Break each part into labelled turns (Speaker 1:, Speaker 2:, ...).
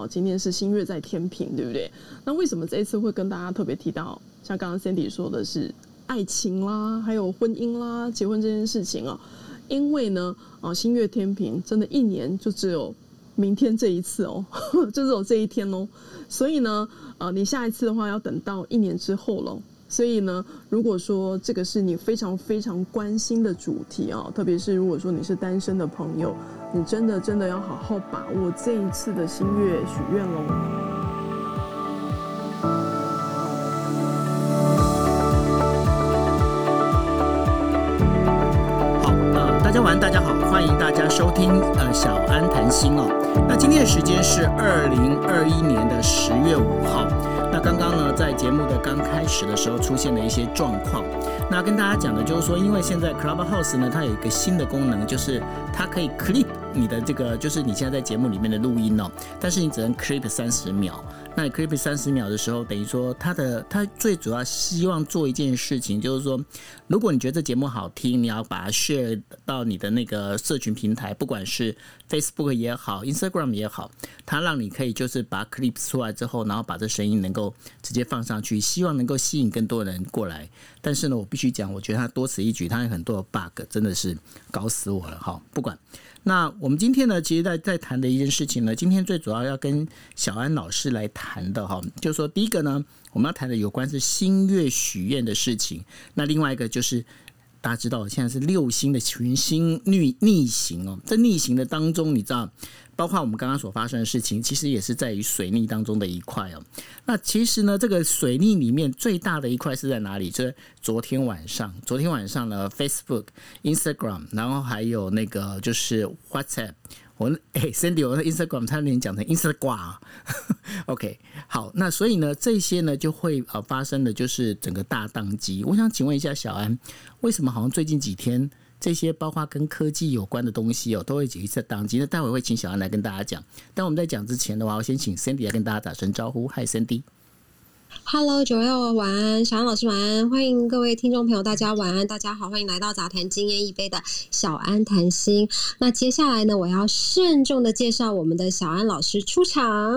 Speaker 1: 好今天是新月在天平，对不对？那为什么这一次会跟大家特别提到，像刚刚 Sandy 说的是爱情啦，还有婚姻啦，结婚这件事情啊？因为呢，新月天平真的一年就只有明天这一次哦，就只有这一天哦，所以呢，你下一次的话要等到1年之后了。所以呢，如果说这个是你非常非常关心的主题啊，特别是如果说你是单身的朋友，你真的要好好把握这一次的新月许愿喽。
Speaker 2: 大家晚安，大家好，欢迎大家收听小安谈心哦。那今天的时间是2021年的10月5号。那刚刚呢，在节目的刚开始的时候出现了一些状况。那跟大家讲的就是说，因为现在 Clubhouse 呢，它有一个新的功能，就是它可以 clip 你的这个，就是你现在在节目里面的录音哦，但是你只能 clip 30秒。那你 clip 30秒的时候，等于说它最主要希望做一件事情，就是说，如果你觉得这节目好听，你要把它 share 到你的那个社群平台，不管是 Facebook 也好 ，Instagram 也好，它让你可以就是把 clip 出来之后，然后把这声音能够直接放上去，希望能够吸引更多人过来。但是呢，我必须讲，我觉得它多此一举，它有很多的 bug， 真的是搞死我了哈。不管。那我们今天呢，其实在谈的一件事情呢，今天最主要要跟小安老师来谈的哈，就是说第一个呢，我们要谈的有关是新月许愿的事情。那另外一个就是大家知道现在是6星的群星逆行哦，在逆行的当中，你知道，包括我们刚刚所发生的事情，其实也是在于水逆当中的一块哦。那其实呢，这个水逆里面最大的一块是在哪里？就是昨天晚上呢 ，Facebook、Instagram， 然后还有那个就是 WhatsApp。Sandy， 我的 Instagram 差点讲成 Instagram。OK， 好，那所以呢，这些呢就会发生的就是整个大宕机。我想请问一下小安，为什么好像最近几天这些包括跟科技有关的东西都会有一次宕机？那待会会请小安来跟大家讲。但我们在讲之前的话，我先请 Sandy 来跟大家打声招呼。Hi Sandy。Hello，
Speaker 3: 九月晚安，小安老师晚安，欢迎各位听众朋友，大家晚安，大家好，欢迎来到杂谈经验一杯的小安谈心。那接下来呢，我要慎重的介绍我们的小安老师出场。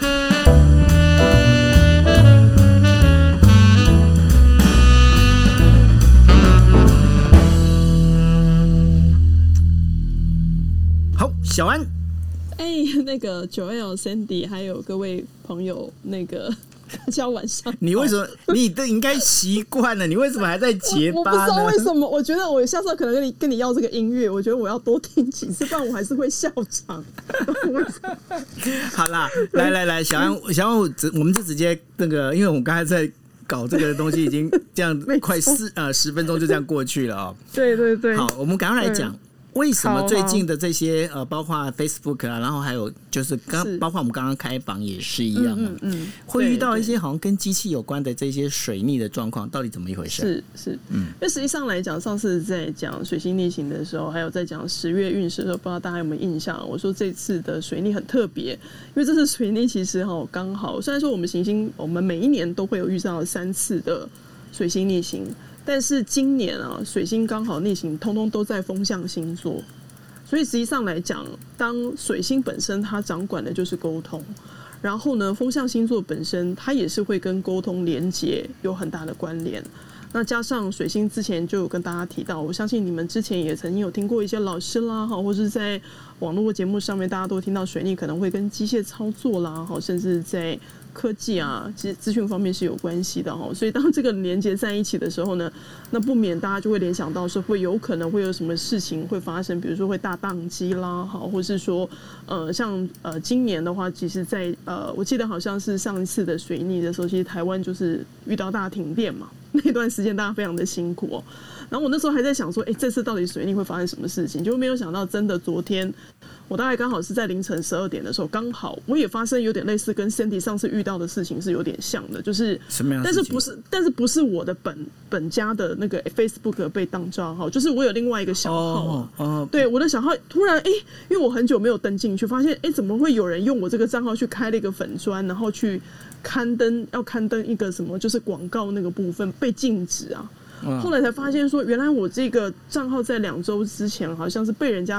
Speaker 2: 好，小安，
Speaker 1: 那个9L Sandy 还有各位朋友，那个。大家晚上，
Speaker 2: 你为什么？你都应该习惯了，你为什么还在结巴呢？
Speaker 1: 我不知道为什么，我觉得我下次可能跟你要这个音乐，我觉得我要多听几次，不然我还是会笑场。
Speaker 2: 好啦，来，小安，我们就直接那个，因为我们刚才在搞这个东西，已经这样快10分钟就这样过去了哦。
Speaker 1: 对。
Speaker 2: 好，我们赶快来讲。为什么最近的这些包括 Facebook 啊，然后还有就是包括我们刚刚开房也是一样，会遇到一些好像跟机器有关的这些水逆的状况，到底怎么一回事？
Speaker 1: 是，因为实际上来讲，上次在讲水星逆行的时候，还有在讲10月运势的时候，不知道大家有没有印象？我说这次的水逆很特别，因为这次水逆其实刚好，虽然说我们每一年都会有遇到3次的水星逆行。但是今年啊，水星刚好逆行，通通都在风象星座，所以实际上来讲，当水星本身它掌管的就是沟通，然后呢，风象星座本身它也是会跟沟通连结有很大的关联。那加上水星之前就有跟大家提到，我相信你们之前也曾经有听过一些老师啦，或是在网络节目上面，大家都听到水逆可能会跟机械操作啦，甚至在科技啊，其实资讯方面是有关系的哈，所以当这个连接在一起的时候呢，那不免大家就会联想到说，会有可能会有什么事情会发生，比如说会大宕机啦，好，或是说像今年的话，其实在我记得好像是上一次的水逆的时候，其实台湾就是遇到大停电嘛，那段时间大家非常的辛苦哦。然后我那时候还在想说，这次到底水逆会发生什么事情？就没有想到，真的昨天我大概刚好是在凌晨12点的时候，刚好我也发生有点类似跟 Sandy 上次遇到的事情是有点像的，就是
Speaker 2: 什么样的事情？
Speaker 1: 但是不是我的本家的那个 Facebook 被当账号，就是我有另外一个小号对，我的小号突然因为我很久没有登进去，发现怎么会有人用我这个账号去开了一个粉专，然后去刊登一个什么就是广告那个部分被禁止啊。后来才发现说，原来我这个账号在2周之前好像是被人家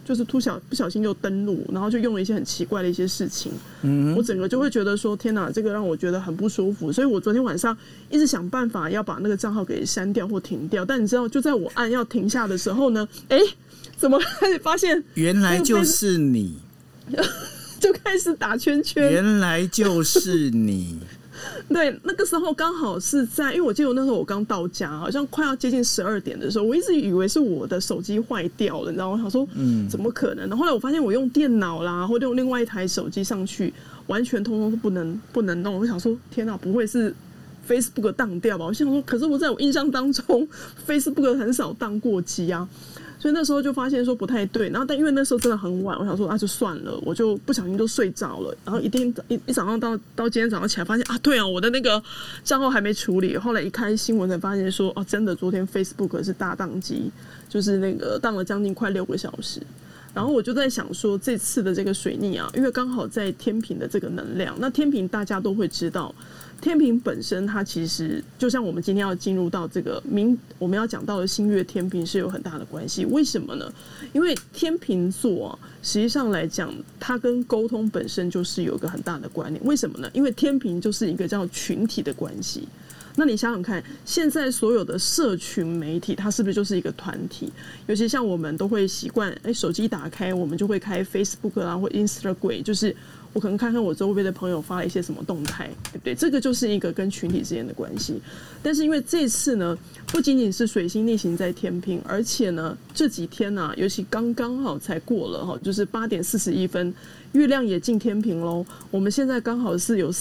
Speaker 1: 就是不小心就登录，然后就用了一些很奇怪的一些事情，我整个就会觉得说天哪，这个让我觉得很不舒服，所以我昨天晚上一直想办法要把那个账号给删掉或停掉，但你知道就在我按要停下的时候呢，怎么开始发现
Speaker 2: 原来就是你
Speaker 1: 就开始打圈圈，
Speaker 2: 原来就是你
Speaker 1: 对，那个时候刚好是在，因为我记得那时候我刚到家，好像快要接近12点的时候，我一直以为是我的手机坏掉了，你知道吗？我想说，怎么可能？后来我发现我用电脑啦，或者用另外一台手机上去，完全通通是不能弄。我想说，天哪，不会是 Facebook 当掉吧？我想说，可是我在我印象当中 ，Facebook 很少当过机啊。所以那时候就发现说不太对，然后但因为那时候真的很晚，我想说就算了，我就不小心就睡着了，然后一早上到今天早上起来发现对啊，我的那个账号还没处理，后来一看新闻才发现说真的昨天 Facebook 是大宕机，就是那个宕了将近快6个小时。然后我就在想说，这次的这个水逆因为刚好在天秤的这个能量，那天秤大家都会知道，天秤本身它其实就像我们今天要进入到这个我们要讲到的新月天秤是有很大的关系。为什么呢？因为天秤座实际上来讲，它跟沟通本身就是有一个很大的关联。为什么呢？因为天秤就是一个叫群体的关系。那你想想看，现在所有的社群媒体，它是不是就是一个团体？尤其像我们都会习惯，手机打开，我们就会开 Facebook 啦，或 Instagram， 就是我可能看看我周围的朋友发了一些什么动态，对不对？这个就是一个跟群体之间的关系。但是因为这次呢，不仅仅是水星逆行在天秤，而且呢这几天呢，尤其刚刚好才过了就是8点41分。月亮也进天秤咯，我们现在刚好是有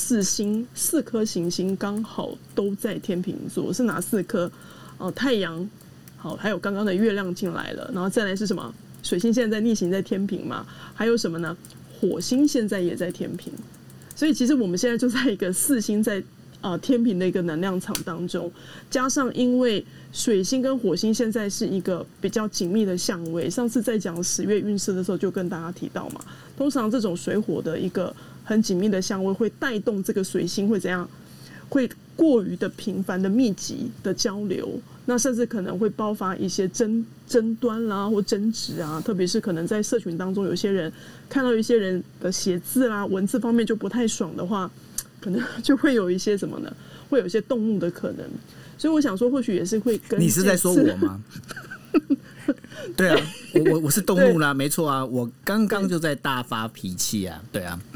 Speaker 1: 4颗行星刚好都在天秤座，是哪4颗？太阳，好，还有刚刚的月亮进来了，然后再来是什么？水星现在逆行在天秤嘛，还有什么呢？火星现在也在天秤，所以其实我们现在就在一个4星在天秤的一个能量场当中，加上因为水星跟火星现在是一个比较紧密的相位，上次在讲10月运势的时候就跟大家提到嘛，通常这种水火的一个很紧密的相位会带动这个水星会怎样，会过于的频繁的密集的交流，那甚至可能会爆发一些争端啦或争执啊，特别是可能在社群当中有些人看到一些人的写字啦文字方面就不太爽的话，可能就会有一些什么呢？会有一些动怒的可能，所以我想说，或许也是会跟
Speaker 2: 你是在说我吗？对啊，我是动怒啦，没错啊，我刚刚就在大发脾气啊，对啊，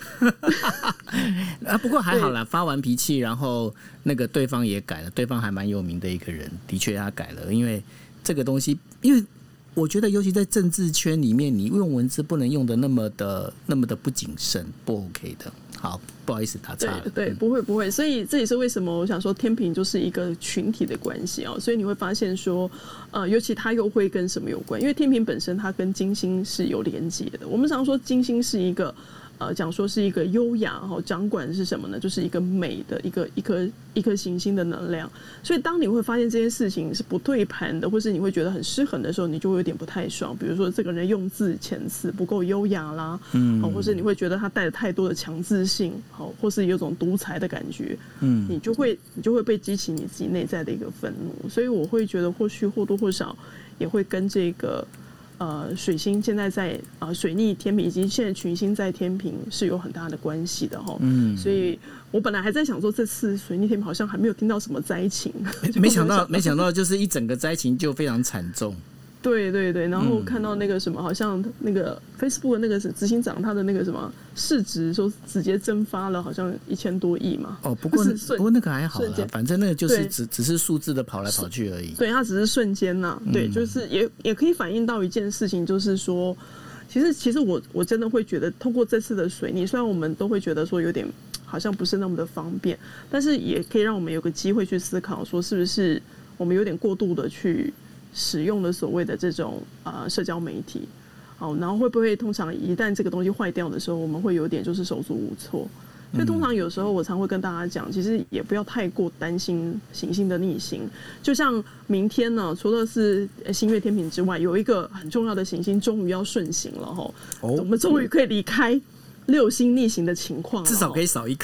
Speaker 2: 不过还好啦，发完脾气，然后那个对方也改了，对方还蛮有名的一个人，的确他改了，因为这个东西，因为我觉得尤其在政治圈里面，你用文字不能用的那么的不谨慎，不 OK 的。好，不好意思打岔了。
Speaker 1: 对，不会，所以这也是为什么我想说天秤就是一个群体的关系所以你会发现说，尤其它又会跟什么有关？因为天秤本身它跟金星是有连结的。我们常说金星是一个讲说是一个优雅掌管是什么呢？就是一个美的一颗行星的能量。所以当你会发现这件事情是不对盘的，或是你会觉得很失衡的时候，你就会有点不太爽。比如说这个人用字遣词不够优雅啦，或是你会觉得他带了太多的强制性，或是有种独裁的感觉，你就会被激起你自己内在的一个愤怒。所以我会觉得或许或多或少也会跟这个水星现在在水逆天秤，以及现在群星在天秤是有很大的关系的所以我本来还在想说，这次水逆天秤好像还没有听到什么灾情，
Speaker 2: 没想到就是一整个灾情就非常惨重。对，
Speaker 1: 然后看到那个什么，好像那个 Facebook 的那个执行长，他的那个什么市值说直接蒸发了，好像1000多亿嘛。
Speaker 2: 不过那个还好啦，反正那个就是只是数字的跑来跑去而已。
Speaker 1: 对，它只是瞬间呐。对，就是也可以反映到一件事情，就是说，其实我真的会觉得，通过这次的水逆，虽然我们都会觉得说有点好像不是那么的方便，但是也可以让我们有个机会去思考，说是不是我们有点过度的去使用了所谓的这种社交媒体，然后会不会通常一旦这个东西坏掉的时候，我们会有点就是手足无措。所以通常有时候我常会跟大家讲，其实也不要太过担心行星的逆行。就像明天呢，除了是新月天秤之外，有一个很重要的行星终于要顺行了我们终于可以离开6星逆行的情况了，
Speaker 2: 至少可以少一颗。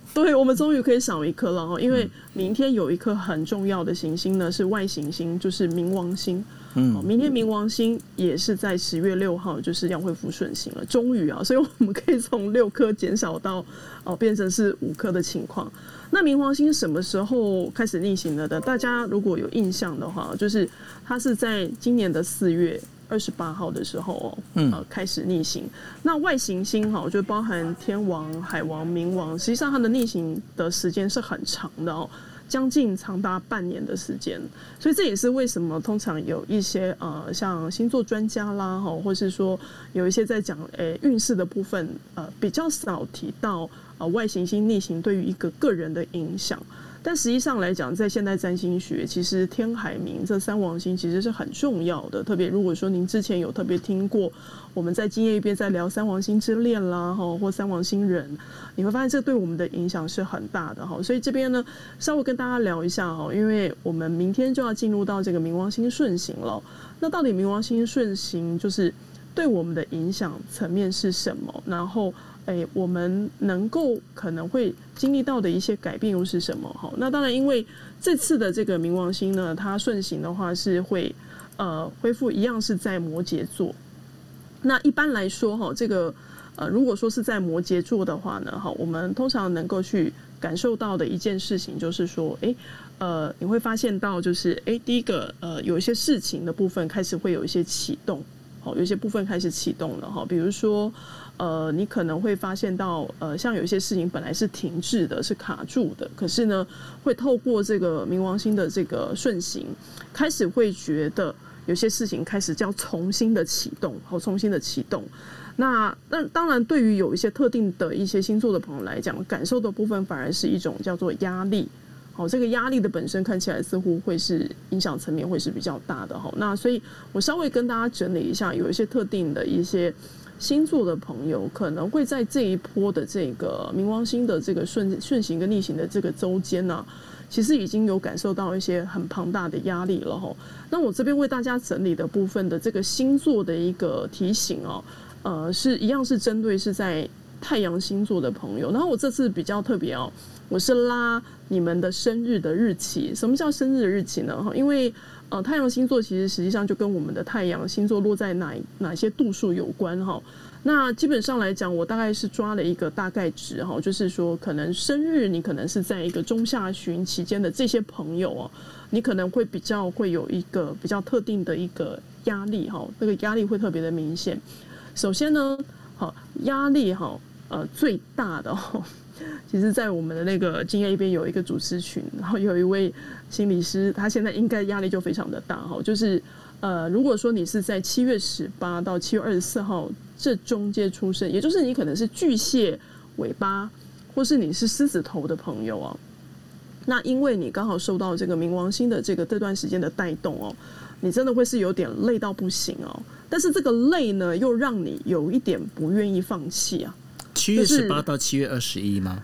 Speaker 1: 对，我们终于可以少一颗了，因为明天有一颗很重要的行星呢，是外行星，就是冥王星。明天冥王星也是在10月6号，就是要恢复顺行了，终于啊，所以我们可以从6颗减少到变成是5颗的情况。那冥王星什么时候开始逆行了的？大家如果有印象的话，就是它是在今年的4月28号的时候开始逆行。那外行星就包含天王、海王、冥王，实际上它的逆行的时间是很长的将近长达半年的时间，所以这也是为什么通常有一些像星座专家啦，或是说有一些在讲运势的部分，比较少提到外行星逆行对于一个个人的影响。但实际上来讲，在现代占星学，其实天海冥这3王星其实是很重要的。特别如果说您之前有特别听过我们在今夜一边在聊3王星之恋啦，或3王星人，你会发现这对我们的影响是很大的。所以这边呢，稍微跟大家聊一下，因为我们明天就要进入到这个冥王星顺行了。那到底冥王星顺行就是对我们的影响层面是什么？然后我们能够可能会经历到的一些改变又是什么？那当然，因为这次的这个冥王星呢，它顺行的话是会恢复一样是在摩羯座。那一般来说这个如果说是在摩羯座的话呢，我们通常能够去感受到的一件事情就是说，你会发现到就是第一个有一些事情的部分开始会有一些启动。有一些部分开始启动了比如说你可能会发现到像有一些事情本来是停滞的，是卡住的，可是呢会透过这个冥王星的这个顺行，开始会觉得有些事情开始叫重新的启动，重新的启动。那当然对于有一些特定的一些星座的朋友来讲，感受的部分反而是一种叫做压力。这个压力的本身看起来似乎会是影响层面会是比较大的。那所以我稍微跟大家整理一下，有一些特定的一些星座的朋友可能会在这一波的这个冥王星的这个顺行跟逆行的这个周间呢，其实已经有感受到一些很庞大的压力了。那我这边为大家整理的部分的这个星座的一个提醒是一样是针对是在太阳星座的朋友。然后我这次比较特别我是拉你们的生日的日期。什么叫生日的日期呢？因为太阳星座其实实际上就跟我们的太阳星座落在哪些度数有关那基本上来讲，我大概是抓了一个大概值就是说可能生日你可能是在一个中下旬期间的这些朋友你可能会比较会有一个比较特定的一个压力这个压力会特别的明显。首先呢压力最大的其实在我们的那个今夜一边有一个主持群，然后有一位心理师，他现在应该压力就非常的大就是如果说你是在7月18到7月24号这中间出生，也就是你可能是巨蟹尾巴或是你是狮子头的朋友那因为你刚好受到这个冥王星的这段时间的带动你真的会是有点累到不行但是这个累呢又让你有一点不愿意放弃
Speaker 2: 7月18到7月21吗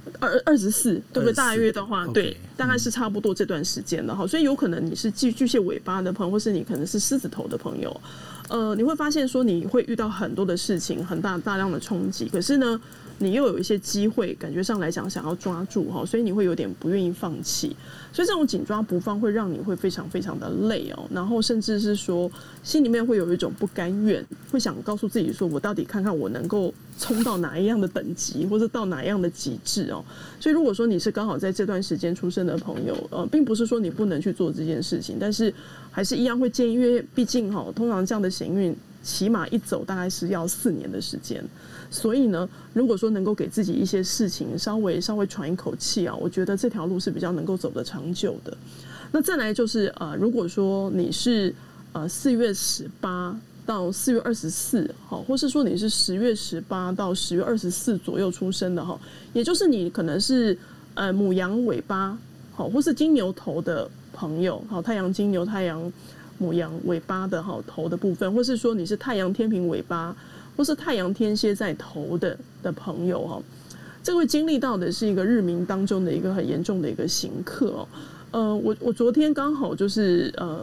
Speaker 1: ？24，对不对？大约的话，
Speaker 2: okay，
Speaker 1: 对，大概是差不多这段时间的所以有可能你是巨蟹尾巴的朋友，或是你可能是狮子头的朋友，你会发现说你会遇到很多的事情，很大量的冲击，可是呢，你又有一些机会，感觉上来讲想要抓住所以你会有点不愿意放弃，所以这种紧抓不放会让你会非常非常的累然后甚至是说心里面会有一种不甘愿，会想告诉自己说我到底看看我能够冲到哪一样的等级，或者到哪一样的极致所以如果说你是刚好在这段时间出生的朋友并不是说你不能去做这件事情，但是还是一样会建议，因为毕竟通常这样的行运起码一走大概是要4年的时间，所以呢如果说能够给自己一些事情稍微喘一口气我觉得这条路是比较能够走得长久的。那再来就是如果说你是4月18到4月24或是说你是10月18到10月24左右出生的也就是你可能是牡羊尾巴或是金牛头的朋友太阳金牛太阳牡羊尾巴的头的部分，或是说你是太阳天秤尾巴或是太阳天蝎在头的朋友这个会经历到的是一个日冥当中的一个很严重的一个刑克我昨天刚好就是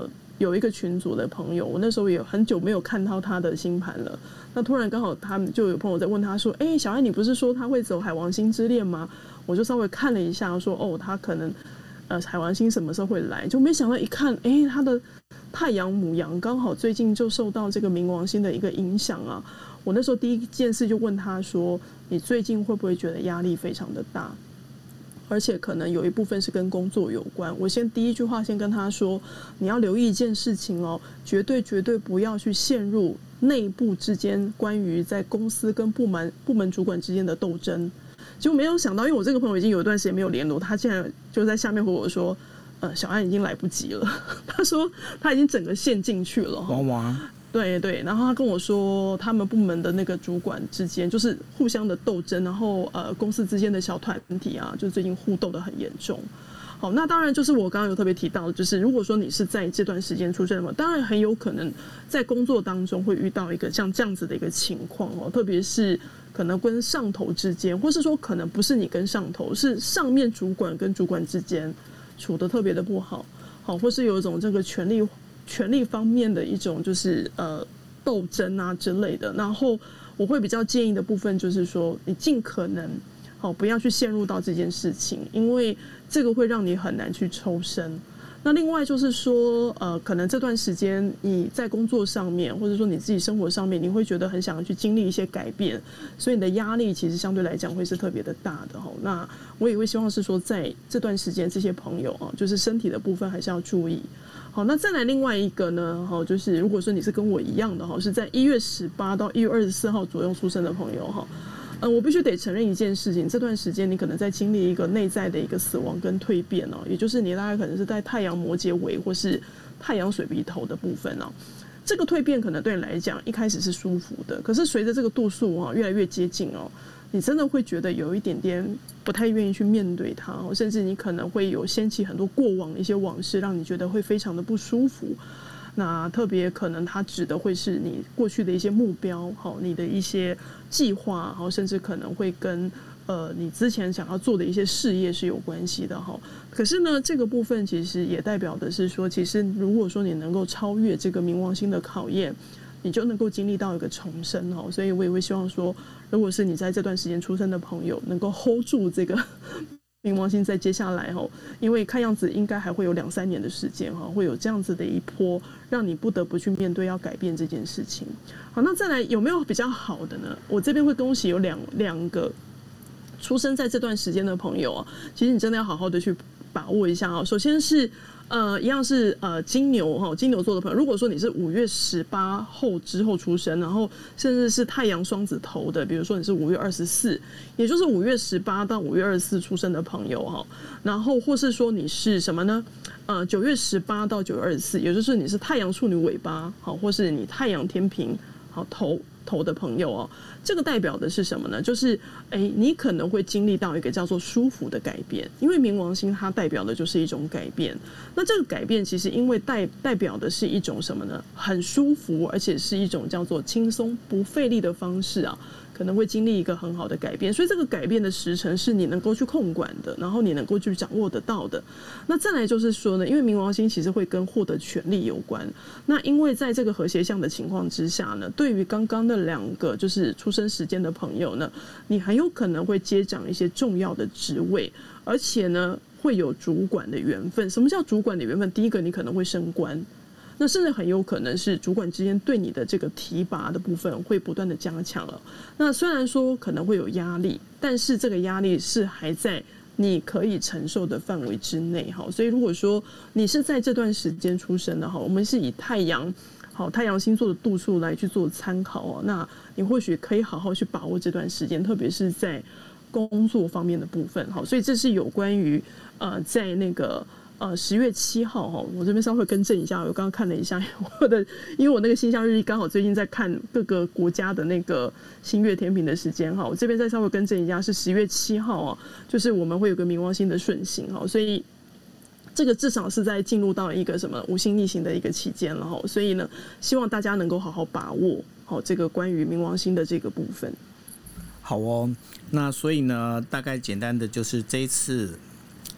Speaker 1: 有一个群组的朋友，我那时候也很久没有看到他的星盘了。那突然刚好他们就有朋友在问他说：“哎，小安，你不是说他会走海王星之恋吗？”我就稍微看了一下，说：“哦，他可能海王星什么时候会来？”就没想到一看，哎，他的太阳牡羊刚好最近就受到这个冥王星的一个影响啊。我那时候第一件事就问他说：“你最近会不会觉得压力非常的大？而且可能有一部分是跟工作有关。”我第一句话先跟他说：“你要留意一件事情哦，绝对不要去陷入内部之间关于在公司跟部门主管之间的斗争。”结果没有想到，因为我这个朋友已经有一段时间没有联络，他竟然就在下面回我说：“小安已经来不及了。”他说他已经整个陷进去了。
Speaker 2: 哇！
Speaker 1: 对对，然后他跟我说，他们部门的那个主管之间就是互相的斗争，然后公司之间的小团体啊，就最近互斗的很严重。好，那当然就是我刚刚有特别提到，就是如果说你是在这段时间出生的话，当然很有可能在工作当中会遇到一个像这样子的一个情况哦，特别是可能跟上头之间，或是说可能不是你跟上头，是上面主管跟主管之间处得特别的不好，好，或是有一种这个权力方面的一种就是斗争啊之类的。然后我会比较建议的部分就是说，你尽可能不要去陷入到这件事情，因为这个会让你很难去抽身。那另外就是说，可能这段时间你在工作上面，或者说你自己生活上面，你会觉得很想要去经历一些改变，所以你的压力其实相对来讲会是特别的大的。那我也会希望是说，在这段时间这些朋友就是身体的部分还是要注意。好，那再来另外一个呢，就是如果说你是跟我一样的是在1月18到1月24号左右出生的朋友我必须得承认一件事情，这段时间你可能在经历一个内在的一个死亡跟蜕变也就是你大概可能是在太阳摩羯尾或是太阳水瓶头的部分这个蜕变可能对你来讲一开始是舒服的，可是随着这个度数越来越接近你真的会觉得有一点点不太愿意去面对它，甚至你可能会有掀起很多过往的一些往事，让你觉得会非常的不舒服。那特别可能它指的会是你过去的一些目标，你的一些计划，甚至可能会跟你之前想要做的一些事业是有关系的可是呢，这个部分其实也代表的是说，其实如果说你能够超越这个冥王星的考验，你就能够经历到一个重生所以我也会希望说，如果是你在这段时间出生的朋友，能够 hold 住这个冥王星在接下来因为看样子应该还会有2-3年的时间会有这样子的一波，让你不得不去面对要改变这件事情。好，那再来有没有比较好的呢？我这边会恭喜有两个出生在这段时间的朋友其实你真的要好好的去把握一下首先是一样是金牛座的朋友，如果说你是5月18后之后出生，然后甚至是太阳双子头的，比如说你是5月24，也就是5月18到5月24出生的朋友然后或是说你是什么呢？9月18到9月24，也就是你是太阳处女尾巴或是你太阳天秤头的朋友这个代表的是什么呢？就是你可能会经历到一个叫做舒服的改变，因为冥王星它代表的就是一种改变。那这个改变其实因为代表的是一种什么呢？很舒服，而且是一种叫做轻松不费力的方式可能会经历一个很好的改变，所以这个改变的时程是你能够去控管的，然后你能够去掌握得到的。那再来就是说呢，因为冥王星其实会跟获得权力有关，那因为在这个和谐相的情况之下呢，对于刚刚的2个就是出生时间的朋友呢，你很有可能会接掌一些重要的职位，而且呢会有主管的缘分。什么叫主管的缘分？第一个，你可能会升官，那甚至很有可能是主管之间对你的这个提拔的部分会不断的加强了。那虽然说可能会有压力，但是这个压力是还在你可以承受的范围之内。所以如果说你是在这段时间出生的，我们是以太阳星座的度数来去做参考那你或许可以好好去把握这段时间，特别是在工作方面的部分。所以这是有关于在那个10月7号我这边稍微更正一下，我刚刚看了一下因为我那个星象日历刚好最近在看各个国家的那个星月天平的时间我这边再稍微更正一下，是10月7号就是我们会有个冥王星的顺行所以这个至少是在进入到一个什么无星逆行的一个期间了所以呢，希望大家能够好好把握这个关于冥王星的这个部分。
Speaker 2: 好那所以呢，大概简单的就是这一次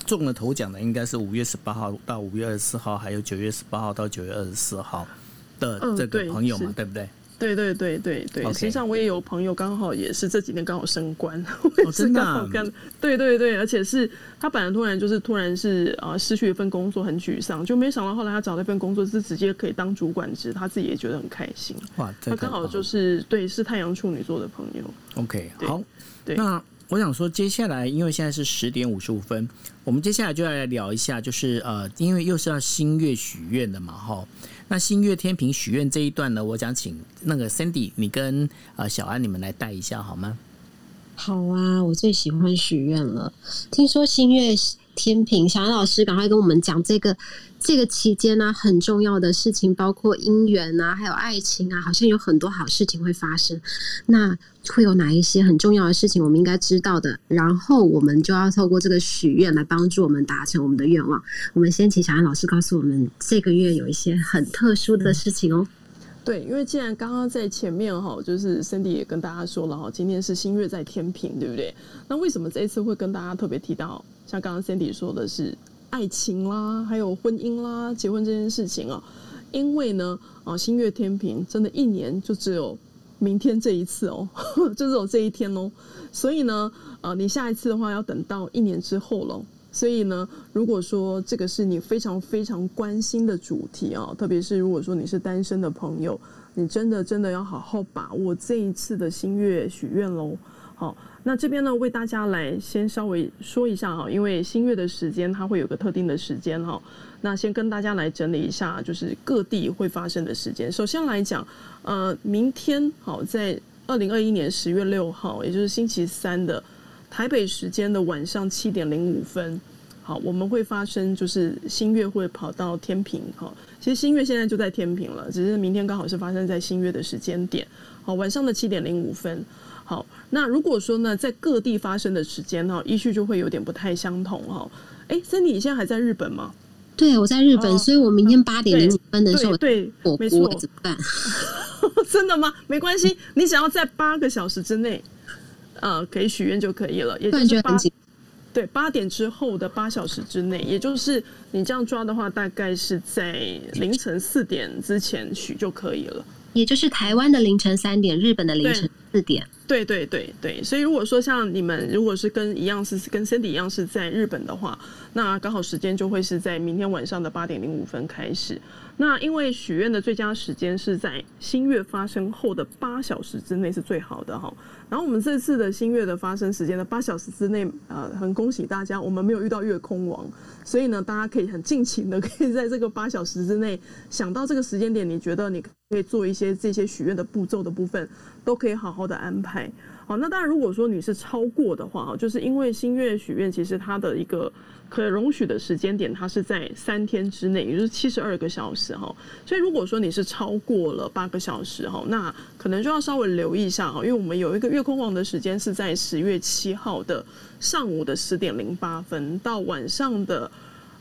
Speaker 2: 中了头奖的应该是5月18号到5月24号，还有9月18号到9月24号的这个朋友嘛，对不对？
Speaker 1: 对对对对对，
Speaker 2: Okay.
Speaker 1: 实际上我也有朋友刚好也是这几年刚好升官，
Speaker 2: 真的、啊，
Speaker 1: 对对对，而且是他本来突然是失去一份工作很沮丧，就没想到后来他找了一份工作是直接可以当主管职，他自己也觉得很开心。
Speaker 2: 哇，
Speaker 1: 他刚好就是对是太阳处女座的朋友。
Speaker 2: OK， 好，
Speaker 1: 对，
Speaker 2: 那我想说接下来因为现在是10点55分，我们接下来就要来聊一下，就是因为又是要新月许愿的嘛，哈。那新月天平许愿这一段呢，我想请那个 Sandy 你跟小安你们来带一下好吗？
Speaker 3: 好啊，我最喜欢许愿了。听说新月天平，小安老师赶快跟我们讲这个期间呢、很重要的事情，包括姻缘啊，还有爱情啊，好像有很多好事情会发生。那会有哪一些很重要的事情我们应该知道的？然后我们就要透过这个许愿来帮助我们达成我们的愿望。我们先请小安老师告诉我们，这个月有一些很特殊的事情哦。
Speaker 1: 对，因为既然刚刚在前面就是 Sandy 也跟大家说了今天是新月在天平，对不对？那为什么这一次会跟大家特别提到，像刚刚 Sandy 说的是爱情啦，还有婚姻啦，结婚这件事情因为呢新月天平真的一年就只有明天这一次就只有这一天所以呢你下一次的话要等到1年之后咯。所以呢，如果说这个是你非常非常关心的主题特别是如果说你是单身的朋友，你真的要好好把握这一次的新月许愿咯。好，那这边呢为大家来先稍微说一下因为新月的时间它会有个特定的时间那先跟大家来整理一下，就是各地会发生的时间。首先来讲明天在2021年10月6号，也就是星期三的台北时间的晚上7点05分，好，我们会发生就是新月会跑到天平其实新月现在就在天平了，只是明天刚好是发生在新月的时间点，好，晚上的7点05分。好，那如果说呢在各地发生的时间依序就会有点不太相同Sandy 你现在还在日本吗？
Speaker 3: 对，我在日本，所以我明天8点05分的时候，
Speaker 1: 对，
Speaker 3: 没错，怎么办？
Speaker 1: 真的吗？没关系，你只要在8个小时之内可以许愿就可以了，也就是8点之后的8小时之内，也就是你这样抓的话，大概是在凌晨4点之前许就可以了，
Speaker 3: 也就是台湾的凌晨3点，日本的凌晨4点。
Speaker 1: 对对对对，所以如果说像你们如果是跟 Sandy 一样是在日本的话，那刚好时间就会是在明天晚上的8点05分开始。那因为许愿的最佳时间是在新月发生后的8小时之内是最好的然后我们这次的新月的发生时间的8小时之内，很恭喜大家，我们没有遇到月空王，所以呢，大家可以很尽情的可以在这个8小时之内想到这个时间点，你觉得你可以做一些这些许愿的步骤的部分，都可以好好的安排。好，那当然如果说你是超过的话就是因为新月许愿其实它的一个可容许的时间点它是在3天之内，也就是72个小时所以如果说你是超过了8个小时那可能就要稍微留意一下因为我们有一个月空王的时间是在10月7号的上午的10点08分到晚上的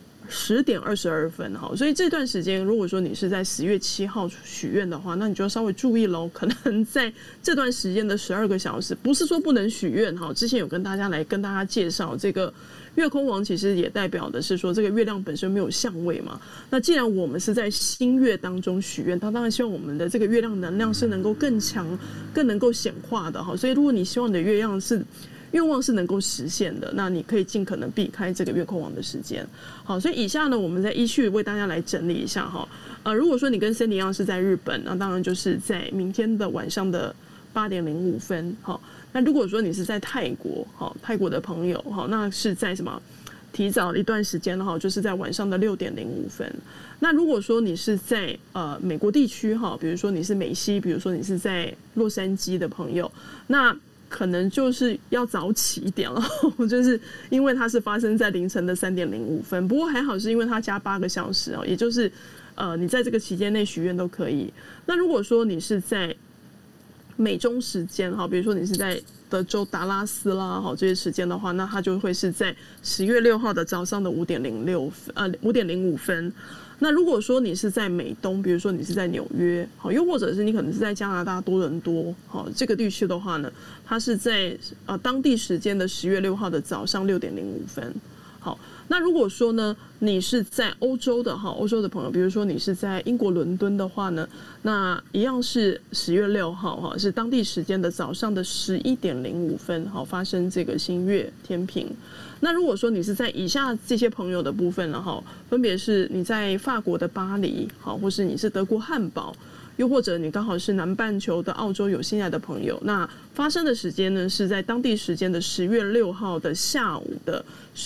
Speaker 1: 10点22分所以这段时间如果说你是在10月7号许愿的话，那你就要稍微注意咯，可能在这段时间的12个小时，不是说不能许愿之前有跟大家介绍这个月空王其实也代表的是说这个月亮本身没有相位嘛，那既然我们是在新月当中许愿，他当然希望我们的这个月亮能量是能够更强更能够显化的所以如果你希望你的愿望是能够实现的，那你可以尽可能避开这个月空王的时间。好，所以以下呢我们再依序为大家来整理一下如果说你跟 Sandy 一样是在日本，那当然就是在明天的晚上的8点05分那如果说你是在泰国的朋友那是在什么提早一段时间就是在晚上的6点05分。那如果说你是在美国地区比如说你是美西，比如说你是在洛杉矶的朋友，那可能就是要早起一点了就是因为它是发生在凌晨的3点05分，不过还好是因为它加8个小时也就是你在这个期间内许愿都可以。那如果说你是在美中时间比如说你是在德州达拉斯啦这些时间的话，那它就会是在10月6号的早上的5点05分。那如果说你是在美东，比如说你是在纽约又或者是你可能是在加拿大多伦多这个地区的话呢，它是在当地时间的10月6号的早上6点05分。 好，那如果说呢，你是在欧洲的哈，欧洲的朋友，比如说你是在英国伦敦的话呢，那一样是10月6号哈，是当地时间的早上的11:05，好发生这个新月天平。那如果说你是在以下这些朋友的部分了哈，分别是你在法国的巴黎，好，或是你是德国汉堡。又或者你刚好是南半球的澳洲有新来的朋友，那发生的时间呢是在当地时间的10月6号的下午的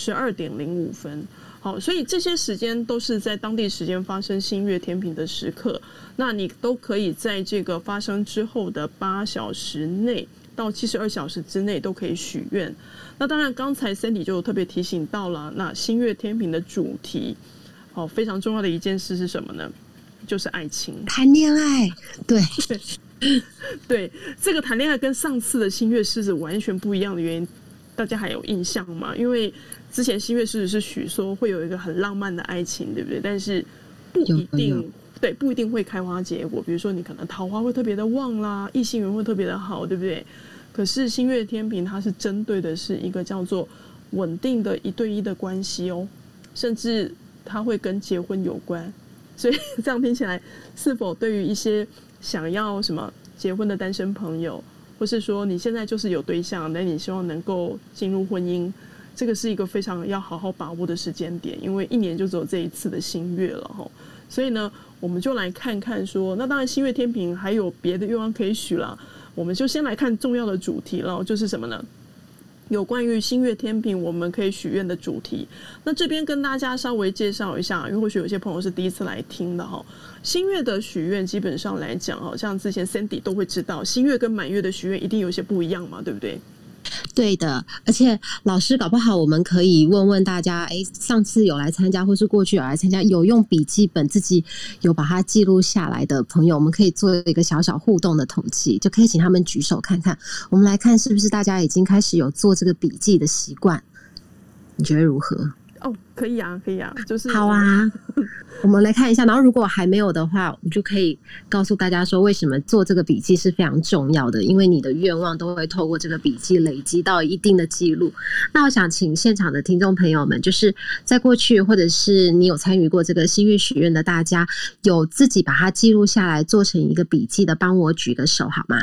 Speaker 1: 12:05。好，所以这些时间都是在当地时间发生新月天平的时刻，那你都可以在这个发生之后的8小时内到72小时之内都可以许愿。那当然，刚才 Sandy 就特别提醒到了，那新月天平的主题，好，非常重要的一件事是什么呢？就是爱情，
Speaker 3: 谈恋爱，对
Speaker 1: 对，这个谈恋爱跟上次的新月狮子完全不一样的原因，大家还有印象吗？因为之前新月狮子是许说会有一个很浪漫的爱情，对不对？但是不一定，对，不一定会开花结果。比如说你可能桃花会特别的旺啦，异性缘会特别的好，对不对？可是新月天平它是针对的是一个叫做稳定的1对1的关系哦，甚至它会跟结婚有关。所以这样听起来，是否对于一些想要什么结婚的单身朋友，或是说你现在就是有对象，但你希望能够进入婚姻，这个是一个非常要好好把握的时间点，因为1年就只有这一次的新月了齁。所以呢，我们就来看看说，那当然新月天平还有别的愿望可以许啦，我们就先来看重要的主题了，就是什么呢？有关于新月天平我们可以许愿的主题，那这边跟大家稍微介绍一下，因为或许有些朋友是第一次来听的哈。新月的许愿基本上来讲，好像之前 Sandy 都会知道，新月跟满月的许愿一定有些不一样嘛，对不对？
Speaker 3: 对的，而且老师搞不好我们可以问问大家，上次有来参加或是过去有来参加有用笔记本自己有把它记录下来的朋友，我们可以做一个小小互动的统计，就可以请他们举手看看，我们来看是不是大家已经开始有做这个笔记的习惯，你觉得如何？
Speaker 1: 哦，可以啊，可以啊，就是
Speaker 3: 好啊。我们来看一下，然后如果还没有的话，我们就可以告诉大家说，为什么做这个笔记是非常重要的，因为你的愿望都会透过这个笔记累积到一定的记录。那我想请现场的听众朋友们，就是在过去或者是你有参与过这个新月许愿的大家，有自己把它记录下来做成一个笔记的，帮我举个手好吗？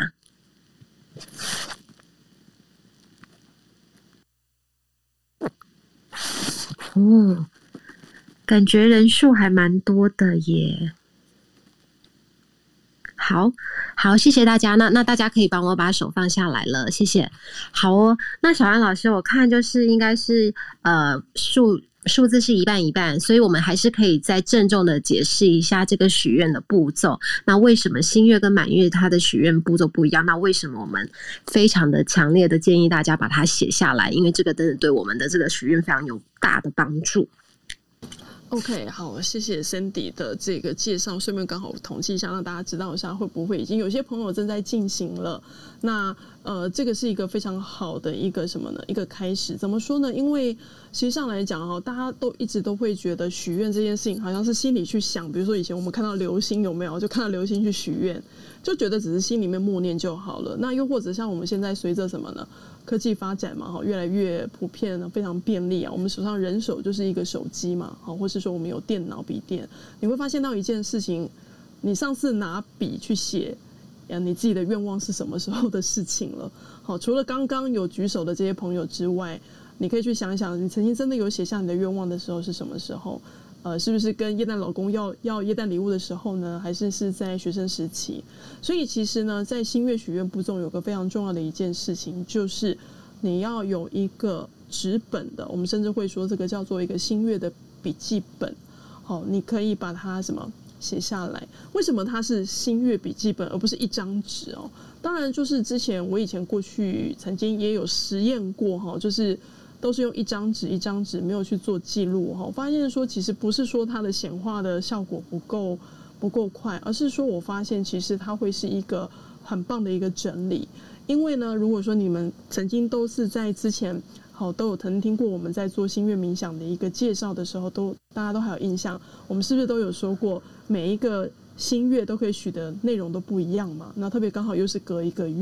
Speaker 3: 哦，感觉人数还蛮多的耶。好，谢谢大家。那大家可以帮我把手放下来了，谢谢。好哦，那小安老师，我看就是应该是数字是一半一半，所以我们还是可以再郑重的解释一下这个许愿的步骤。那为什么新月跟满月它的许愿步骤不一样？那为什么我们非常的强烈的建议大家把它写下来？因为这个真的对我们的这个许愿非常有大的帮助。
Speaker 1: OK， 好，谢谢 Sandy 的这个介绍，顺便刚好统计一下，让大家知道一下会不会已经有些朋友正在进行了。那这个是一个非常好的一个什么呢？一个开始。怎么说呢？因为实际上来讲大家都一直都会觉得许愿这件事情好像是心里去想，比如说以前我们看到流星有没有，就看到流星去许愿，就觉得只是心里面默念就好了。那又或者像我们现在随着什么呢？科技发展嘛，越来越普遍，非常便利啊。我们手上人手就是一个手机嘛，或是说我们有电脑、笔电，你会发现到一件事情，你上次拿笔去写你自己的愿望是什么时候的事情了。好，除了刚刚有举手的这些朋友之外，你可以去想想，你曾经真的有写下你的愿望的时候是什么时候？是不是跟耶诞老公要耶诞礼物的时候呢？还是在学生时期？所以其实呢，在新月许愿步骤有个非常重要的一件事情，就是你要有一个纸本的，我们甚至会说这个叫做一个新月的笔记本。好，你可以把它写下来。为什么它是新月笔记本而不是一张纸哦？当然，就是之前我以前过去曾经也有实验过就是都是用一张纸没有去做记录我发现说其实不是说它的显化的效果不够快，而是说我发现其实它会是一个很棒的一个整理。因为呢，如果说你们曾经都是在之前都有曾经听过我们在做新月冥想的一个介绍的时候，大家都还有印象，我们是不是都有说过每一个新月都可以许的内容都不一样嘛？那特别刚好又是隔一个月，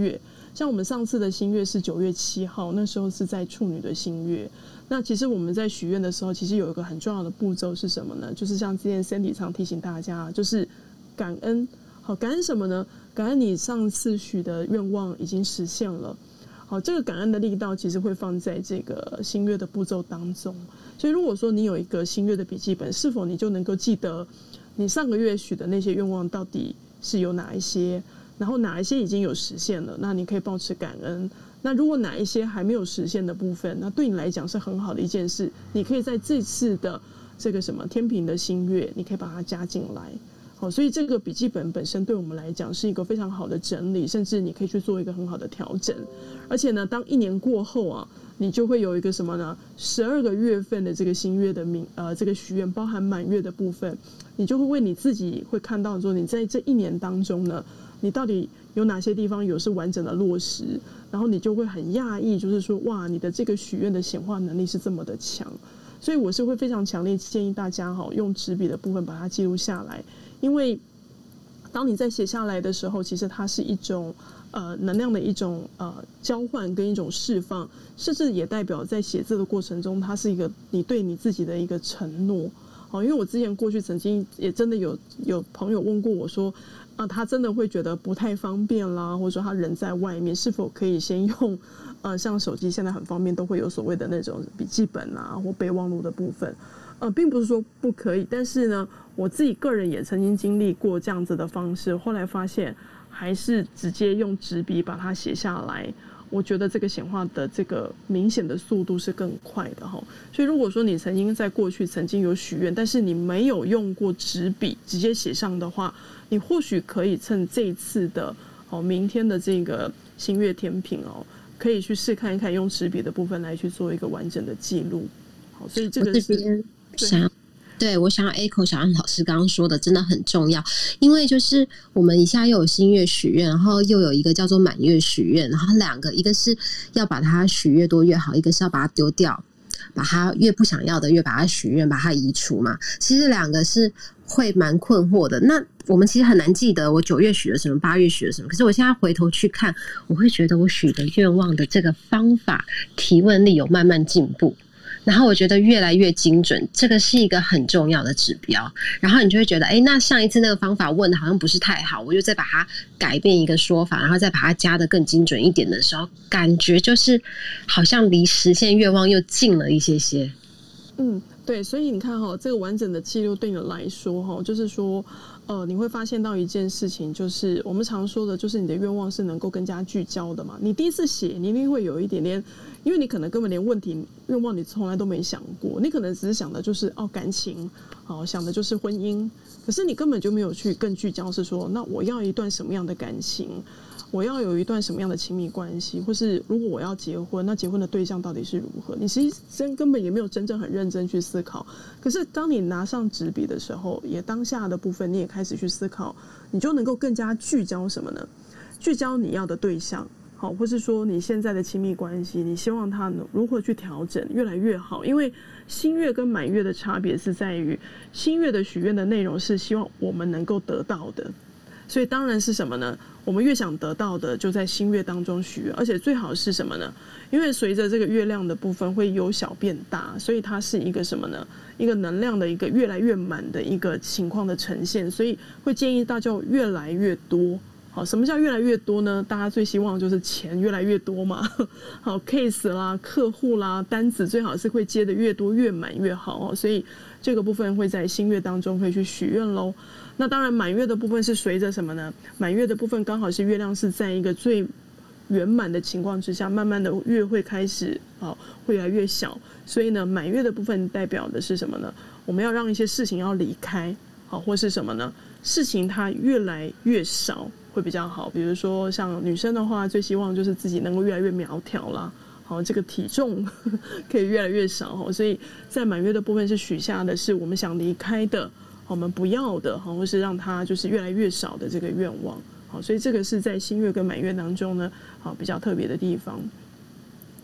Speaker 1: 像我们上次的新月是9月7号，那时候是在处女的新月。那其实我们在许愿的时候，其实有一个很重要的步骤是什么呢？就是像之前 Sandy 常提醒大家，就是感恩。好，感恩什么呢？感恩你上次许的愿望已经实现了。好，这个感恩的力道其实会放在这个新月的步骤当中。所以如果说你有一个新月的笔记本，是否你就能够记得你上个月许的那些愿望到底是有哪一些，然后哪一些已经有实现了，那你可以抱持感恩。那如果哪一些还没有实现的部分，那对你来讲是很好的一件事，你可以在这次的这个什么天平的新月，你可以把它加进来。好，所以这个笔记本本身对我们来讲是一个非常好的整理，甚至你可以去做一个很好的调整。而且呢，当1年过后啊，你就会有一个什么呢？12个月份的这个新月的这个许愿，包含满月的部分，你就会为你自己会看到说，你在这1年当中呢，你到底有哪些地方有是完整的落实，然后你就会很讶异，就是说哇，你的这个许愿的显化能力是这么的强。所以我是会非常强烈建议大家用纸笔的部分把它记录下来。因为当你在写下来的时候，其实它是一种能量的一种交换跟一种释放，甚至也代表在写字的过程中，它是一个你对你自己的一个承诺。因为我之前过去曾经也真的有朋友问过我说，他真的会觉得不太方便啦，或者说他人在外面，是否可以先用像手机现在很方便，都会有所谓的那种笔记本啊或备忘录的部分。并不是说不可以，但是呢，我自己个人也曾经经历过这样子的方式，后来发现还是直接用纸笔把它写下来，我觉得这个显化的这个明显的速度是更快的哈。所以如果说你曾经在过去曾经有许愿，但是你没有用过纸笔直接写上的话，你或许可以趁这一次的明天的这个新月天平可以去试看一看用纸笔的部分来去做一个完整的记录。好，所以这个是。
Speaker 3: 我想要 echo 小安老师刚刚说的，真的很重要。因为就是我们一下又有新月许愿，然后又有一个叫做满月许愿，然后两个，一个是要把它许越多越好，一个是要把它丢掉，把它越不想要的越把它许愿，把它移除嘛。其实两个是会蛮困惑的。那我们其实很难记得我9月许了什么，8月许了什么。可是我现在回头去看，我会觉得我许的愿望的这个方法提问力有慢慢进步。然后我觉得越来越精准，这个是一个很重要的指标。然后你就会觉得，那上一次那个方法问的好像不是太好，我就再把它改变一个说法，然后再把它加得更精准一点的时候，感觉就是好像离实现愿望又近了一些些。
Speaker 1: 对，所以你看这个完整的记录对你来说就是说你会发现到一件事情，就是我们常说的，就是你的愿望是能够更加聚焦的嘛。你第一次写，你一定会有一点点，因为你可能根本连问题愿望你从来都没想过，你可能只是想的就是感情，想的就是婚姻，可是你根本就没有去更聚焦，是说那我要一段什么样的感情，我要有一段什么样的亲密关系，或是如果我要结婚，那结婚的对象到底是如何？你其实根本也没有真正很认真去思考。可是当你拿上纸笔的时候，也当下的部分你也开始去思考，你就能够更加聚焦什么呢？聚焦你要的对象，或是说你现在的亲密关系，你希望它如何去调整越来越好。因为新月跟满月的差别是在于，新月的许愿的内容是希望我们能够得到的，所以当然是什么呢？我们越想得到的，就在新月当中许愿，而且最好是什么呢？因为随着这个月亮的部分会由小变大，所以它是一个什么呢？一个能量的一个越来越满的一个情况的呈现，所以会建议大家越来越多。好，什么叫越来越多呢？大家最希望就是钱越来越多嘛。好 ，case 啦、客户啦、单子最好是会接的越多越满越好。所以这个部分会在新月当中会去许愿咯。那当然满月的部分是随着什么呢？满月的部分刚好是月亮是在一个最圆满的情况之下，慢慢的月会开始会越来越小，所以呢满月的部分代表的是什么呢？我们要让一些事情要离开，或是什么呢？事情它越来越少会比较好。比如说像女生的话，最希望就是自己能够越来越苗条啦，这个体重可以越来越少。所以在满月的部分是许下的是我们想离开的，我们不要的，或是让它就是越来越少的这个愿望。所以这个是在新月跟满月当中呢比较特别的地方。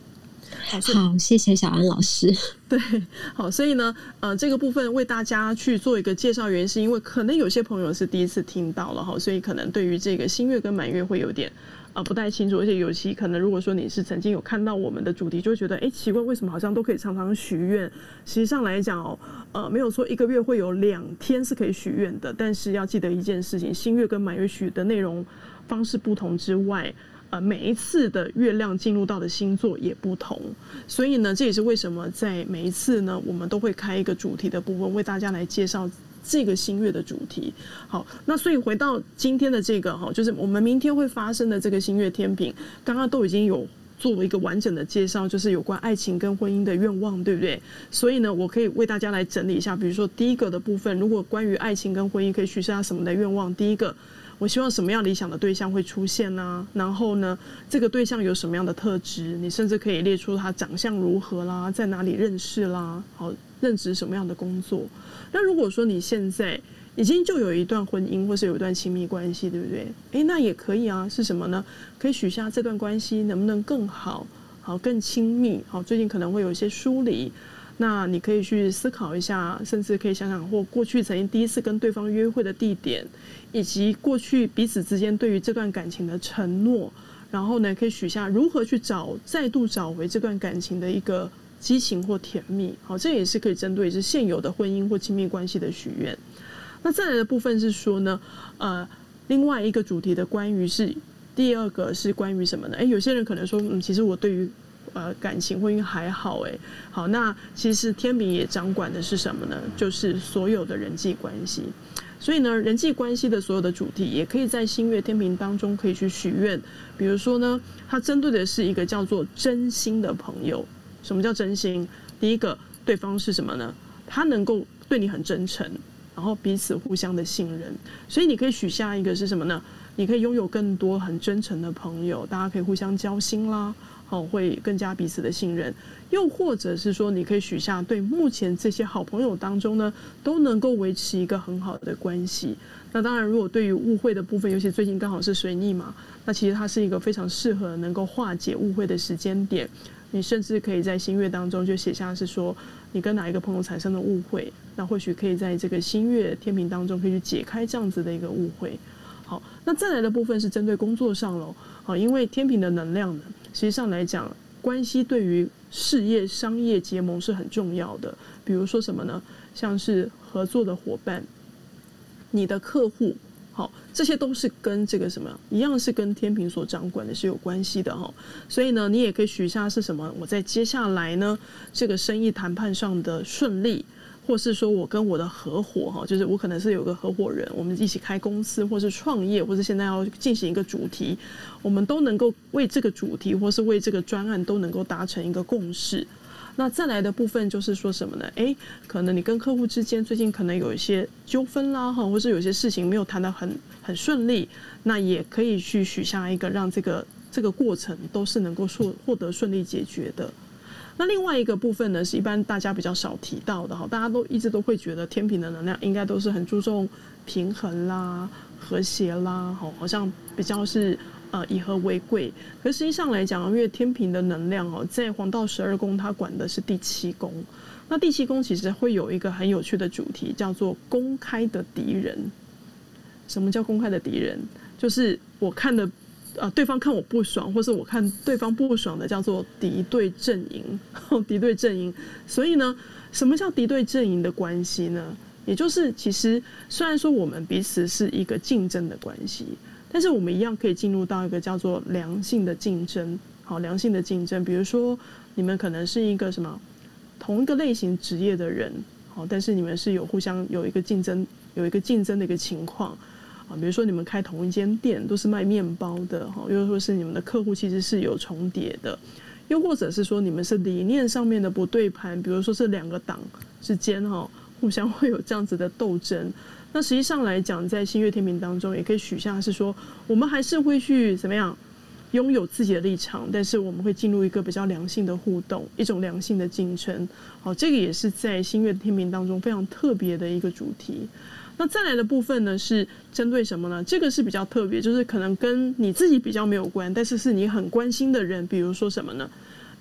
Speaker 3: 好，谢谢小安老师。
Speaker 1: 对，好，所以呢，这个部分为大家去做一个介绍，原因是因为可能有些朋友是第一次听到了哈，所以可能对于这个新月跟满月会有点不太清楚，而且尤其可能如果说你是曾经有看到我们的主题，就会觉得奇怪，为什么好像都可以常常许愿？实际上来讲没有说1个月会有2天是可以许愿的，但是要记得一件事情，新月跟满月许的内容方式不同之外。每一次的月亮进入到的星座也不同，所以呢，这也是为什么在每一次呢，我们都会开一个主题的部分，为大家来介绍这个新月的主题。好，那所以回到今天的这个就是我们明天会发生的这个新月天秤，刚刚都已经有做了一个完整的介绍，就是有关爱情跟婚姻的愿望，对不对？所以呢，我可以为大家来整理一下，比如说第一个的部分，如果关于爱情跟婚姻可以许下什么的愿望，第一个。我希望什么样理想的对象会出现呢？然后呢，这个对象有什么样的特质？你甚至可以列出他长相如何啦，在哪里认识啦，好，任职什么样的工作。那如果说你现在已经就有一段婚姻或是有一段亲密关系，对不对？那也可以啊，是什么呢？可以许下这段关系能不能更好，好更亲密，好，最近可能会有一些疏离。那你可以去思考一下，甚至可以想想或过去曾经第一次跟对方约会的地点，以及过去彼此之间对于这段感情的承诺，然后呢，可以许下如何去再度找回这段感情的一个激情或甜蜜。好，这也是可以针对是现有的婚姻或亲密关系的许愿。那再来的部分是说呢，另外一个主题的关于是第二个是关于什么呢？有些人可能说，其实我对于感情婚姻还好好，那其实天秤也掌管的是什么呢？就是所有的人际关系。所以呢，人际关系的所有的主题也可以在新月天秤当中可以去许愿。比如说呢，它针对的是一个叫做真心的朋友。什么叫真心？第一个，对方是什么呢？他能够对你很真诚，然后彼此互相的信任。所以你可以许下一个是什么呢？你可以拥有更多很真诚的朋友，大家可以互相交心啦。会更加彼此的信任，又或者是说，你可以许下对目前这些好朋友当中呢，都能够维持一个很好的关系。那当然，如果对于误会的部分，尤其最近刚好是水逆嘛，那其实它是一个非常适合能够化解误会的时间点。你甚至可以在新月当中就写下是说，你跟哪一个朋友产生了误会，那或许可以在这个新月天秤当中可以去解开这样子的一个误会。好，那再来的部分是针对工作上咯。好，因为天秤的能量呢，实际上来讲，关系对于事业、商业结盟是很重要的。比如说什么呢？像是合作的伙伴、你的客户，好，这些都是跟这个什么一样，是跟天秤所掌管的是有关系的哈。所以呢，你也可以许下是什么？我在接下来呢，这个生意谈判上的顺利。或是说我跟我的合伙就是我可能是有个合伙人，我们一起开公司，或是创业，或是现在要进行一个主题，我们都能够为这个主题或是为这个专案都能够达成一个共识。那再来的部分就是说什么呢？可能你跟客户之间最近可能有一些纠纷啦，或是有些事情没有谈得很顺利，那也可以去许下一个让这个过程都是能够获得顺利解决的。那另外一个部分呢，是一般大家比较少提到的，大家都一直都会觉得天秤的能量应该都是很注重平衡啦、和谐啦，好像比较是以和为贵。可实际上来讲，因为天秤的能量在黄道12宫，它管的是第7宫。那第7宫其实会有一个很有趣的主题，叫做公开的敌人。什么叫公开的敌人？就是我看的。对方看我不爽，或是我看对方不爽的，叫做敌对阵营。敌对阵营，所以呢，什么叫敌对阵营的关系呢？也就是其实虽然说我们彼此是一个竞争的关系，但是我们一样可以进入到一个叫做良性的竞争。好，良性的竞争，比如说你们可能是一个什么同一个类型职业的人，好，但是你们是互相有一个竞争的一个情况。比如说你们开同一间店，都是卖面包的，又或是你们的客户其实是有重叠的，又或者是说你们是理念上面的不对盘，比如说是2个党之间互相会有这样子的斗争。那实际上来讲，在新月天秤当中也可以许下是说，我们还是会去怎么样拥有自己的立场，但是我们会进入一个比较良性的互动，一种良性的竞争。好，这个也是在新月天秤当中非常特别的一个主题。那再来的部分呢，是针对什么呢？这个是比较特别，就是可能跟你自己比较没有关，但是是你很关心的人，比如说什么呢？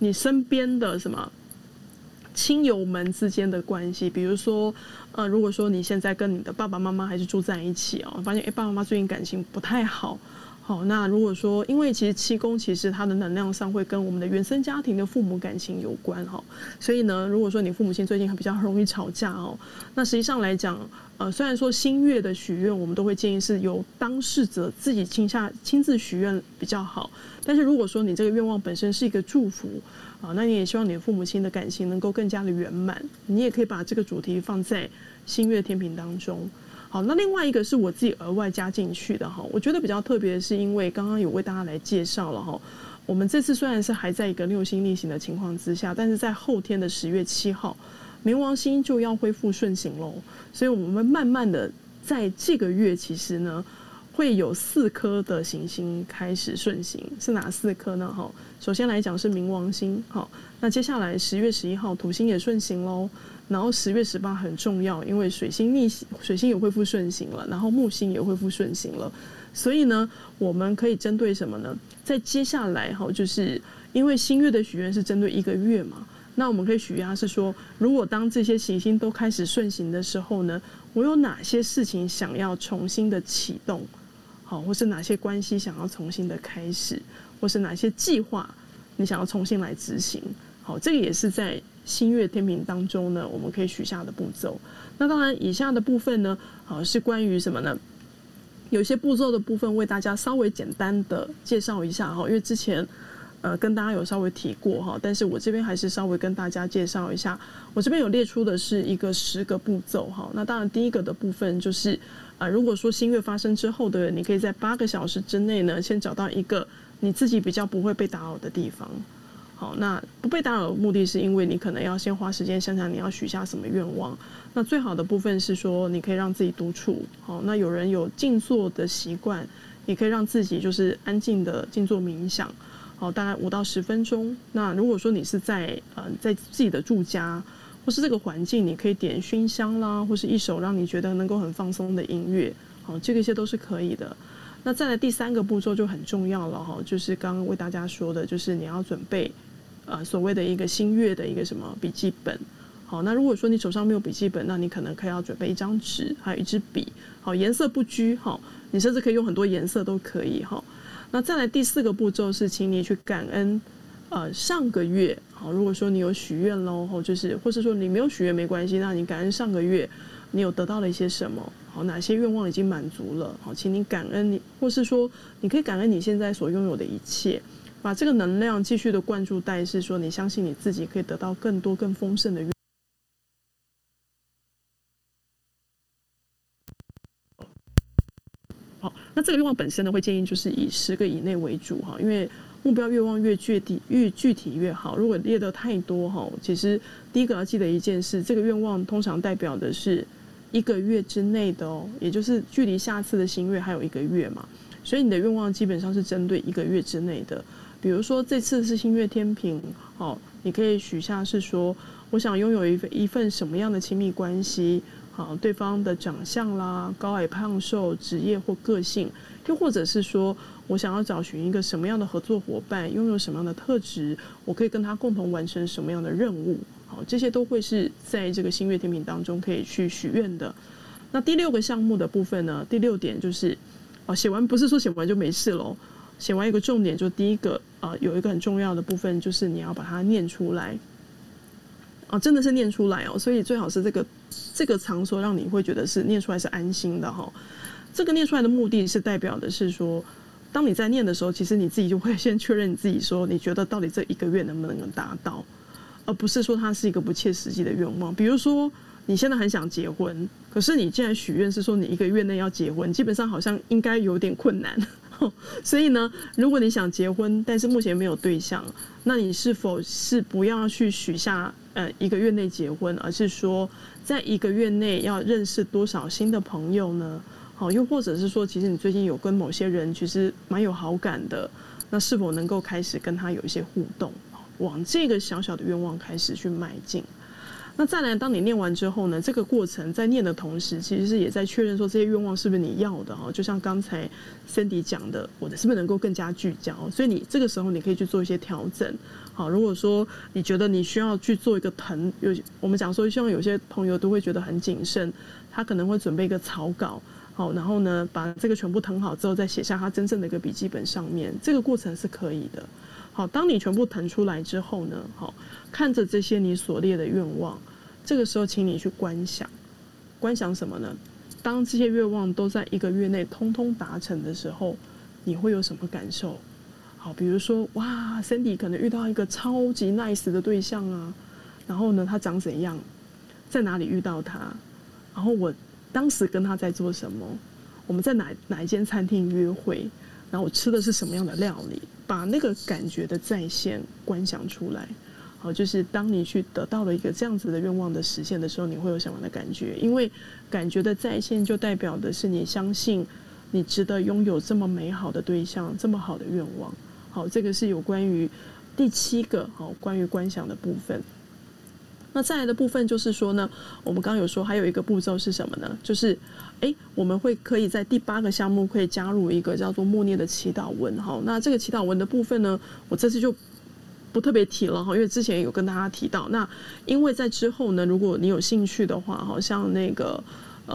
Speaker 1: 你身边的什么亲友们之间的关系，比如说，如果说你现在跟你的爸爸妈妈还是住在一起哦，发现爸爸妈妈最近感情不太好，好，那如果说，因为其实七宫其实它的能量上会跟我们的原生家庭的父母感情有关哈，所以呢，如果说你父母亲最近比较容易吵架哦，那实际上来讲，虽然说新月的许愿，我们都会建议是由当事者自己亲自许愿比较好，但是如果说你这个愿望本身是一个祝福。那你也希望你的父母亲的感情能够更加的圆满，你也可以把这个主题放在新月天平当中。好，那另外一个是我自己额外加进去的哈，我觉得比较特别的是，因为刚刚有为大家来介绍了哈，我们这次虽然是还在一个六星逆行的情况之下，但是在后天的10月7号，冥王星就要恢复顺行喽，所以我们慢慢的在这个月其实呢。会有4颗的行星开始顺行，是哪4颗呢？哈，首先来讲是冥王星，好，那接下来10月11号土星也顺行喽，然后10月18很重要，因为水星也恢复顺行了，然后木星也恢复顺行了，所以呢，我们可以针对什么呢？在接下来哈，就是因为新月的许愿是针对1个月嘛，那我们可以许愿是说，如果当这些行星都开始顺行的时候呢，我有哪些事情想要重新的启动？好，或是哪些关系想要重新的开始，或是哪些计划你想要重新来执行。好，这个也是在新月天平当中呢，我们可以许下的步骤。那当然，以下的部分呢，是关于什么呢？有一些步骤的部分为大家稍微简单的介绍一下哈，因为之前跟大家有稍微提过哈，但是我这边还是稍微跟大家介绍一下。我这边有列出的是一个10个步骤哈。那当然第一个的部分就是如果说新月发生之后的人，你可以在8个小时之内呢，先找到一个你自己比较不会被打扰的地方。好，那不被打扰的目的是因为你可能要先花时间想想你要许下什么愿望。那最好的部分是说，你可以让自己独处。好，那有人有静坐的习惯，也可以让自己就是安静的静坐冥想。好，大概5到10分钟。那如果说你是在自己的住家或是这个环境，你可以点熏香啦，或是一首让你觉得能够很放松的音乐。好，这个些都是可以的。那再来第3个步骤就很重要了哈，就是刚刚为大家说的，就是你要准备所谓的一个新月的一个什么笔记本。好，那如果说你手上没有笔记本，那你可能可以要准备一张纸，还有一支笔。好，颜色不拘，好，你甚至可以用很多颜色都可以哈。那再来第4个步骤是，请你去感恩上个月。好，如果说你有许愿喽，就是或是说你没有许愿没关系，那你感恩上个月你有得到了一些什么？好，哪些愿望已经满足了？好，请你感恩你，或是说你可以感恩你现在所拥有的一切，把这个能量继续的灌注带，是说你相信你自己可以得到更多更丰盛的愿望。好，那这个愿望本身呢，会建议就是以10个以内为主哈，因为目标愿望越具体越好。如果列得太多哈，其实第一个要记得一件事，这个愿望通常代表的是1个月之内的哦，也就是距离下次的新月还有1个月嘛，所以你的愿望基本上是针对1个月之内的。比如说这次是新月天平，好，你可以许下是说，我想拥有一份什么样的亲密关系。好，对方的长相啦、高矮胖瘦、职业或个性，又或者是说我想要找寻一个什么样的合作伙伴，拥有什么样的特质，我可以跟他共同完成什么样的任务。好，这些都会是在这个新月天平当中可以去许愿的。那第6个项目的部分呢，第6点就是写完不是说写完就没事咯，写完一个重点就第一个有一个很重要的部分就是你要把它念出来。真的是念出来哦，所以最好是这个场所让你会觉得是念出来是安心的哈。这个念出来的目的是代表的是说，当你在念的时候，其实你自己就会先确认你自己说，你觉得到底这1个月能不能达到，而不是说它是一个不切实际的愿望。比如说你现在很想结婚，可是你既然许愿是说你1个月内要结婚，基本上好像应该有点困难。所以呢，如果你想结婚，但是目前没有对象，那你是否是不要去许下1个月内结婚，而是说在1个月内要认识多少新的朋友呢？好，又或者是说，其实你最近有跟某些人其实蛮有好感的，那是否能够开始跟他有一些互动，往这个小小的愿望开始去迈进？ 那再来，当你念完之后呢，这个过程在念的同时，其实是也在确认说这些愿望是不是你要的哈。就像刚才 Sandy 讲的，我的是不是能够更加聚焦？所以你这个时候你可以去做一些调整。好，如果说你觉得你需要去做一个我们讲说，希望有些朋友都会觉得很谨慎，他可能会准备一个草稿，好，然后呢把这个全部誊好之后，再写下他真正的一个笔记本上面，这个过程是可以的。好，当你全部誊出来之后呢，好，看着这些你所列的愿望，这个时候请你去观想，观想什么呢？当这些愿望都在1个月内通通达成的时候，你会有什么感受？好，比如说，哇 ，Sandy 可能遇到一个超级 nice 的对象啊，然后呢，他长怎样，在哪里遇到他，然后我当时跟他在做什么，我们在哪一间餐厅约会，然后我吃的是什么样的料理，把那个感觉的再现观想出来。好，就是当你去得到了一个这样子的愿望的实现的时候，你会有什么样的感觉？因为感觉的再现就代表的是你相信你值得拥有这么美好的对象，这么好的愿望。好，这个是有关于第7个关于观想的部分。那再来的部分就是说呢，我们刚刚有说还有一个步骤是什么呢？就是我们可以在第8个项目可以加入一个叫做默念的祈祷文。好，那这个祈祷文的部分呢，我这次就不特别提了哈，因为之前有跟大家提到。那因为在之后呢，如果你有兴趣的话，好像那个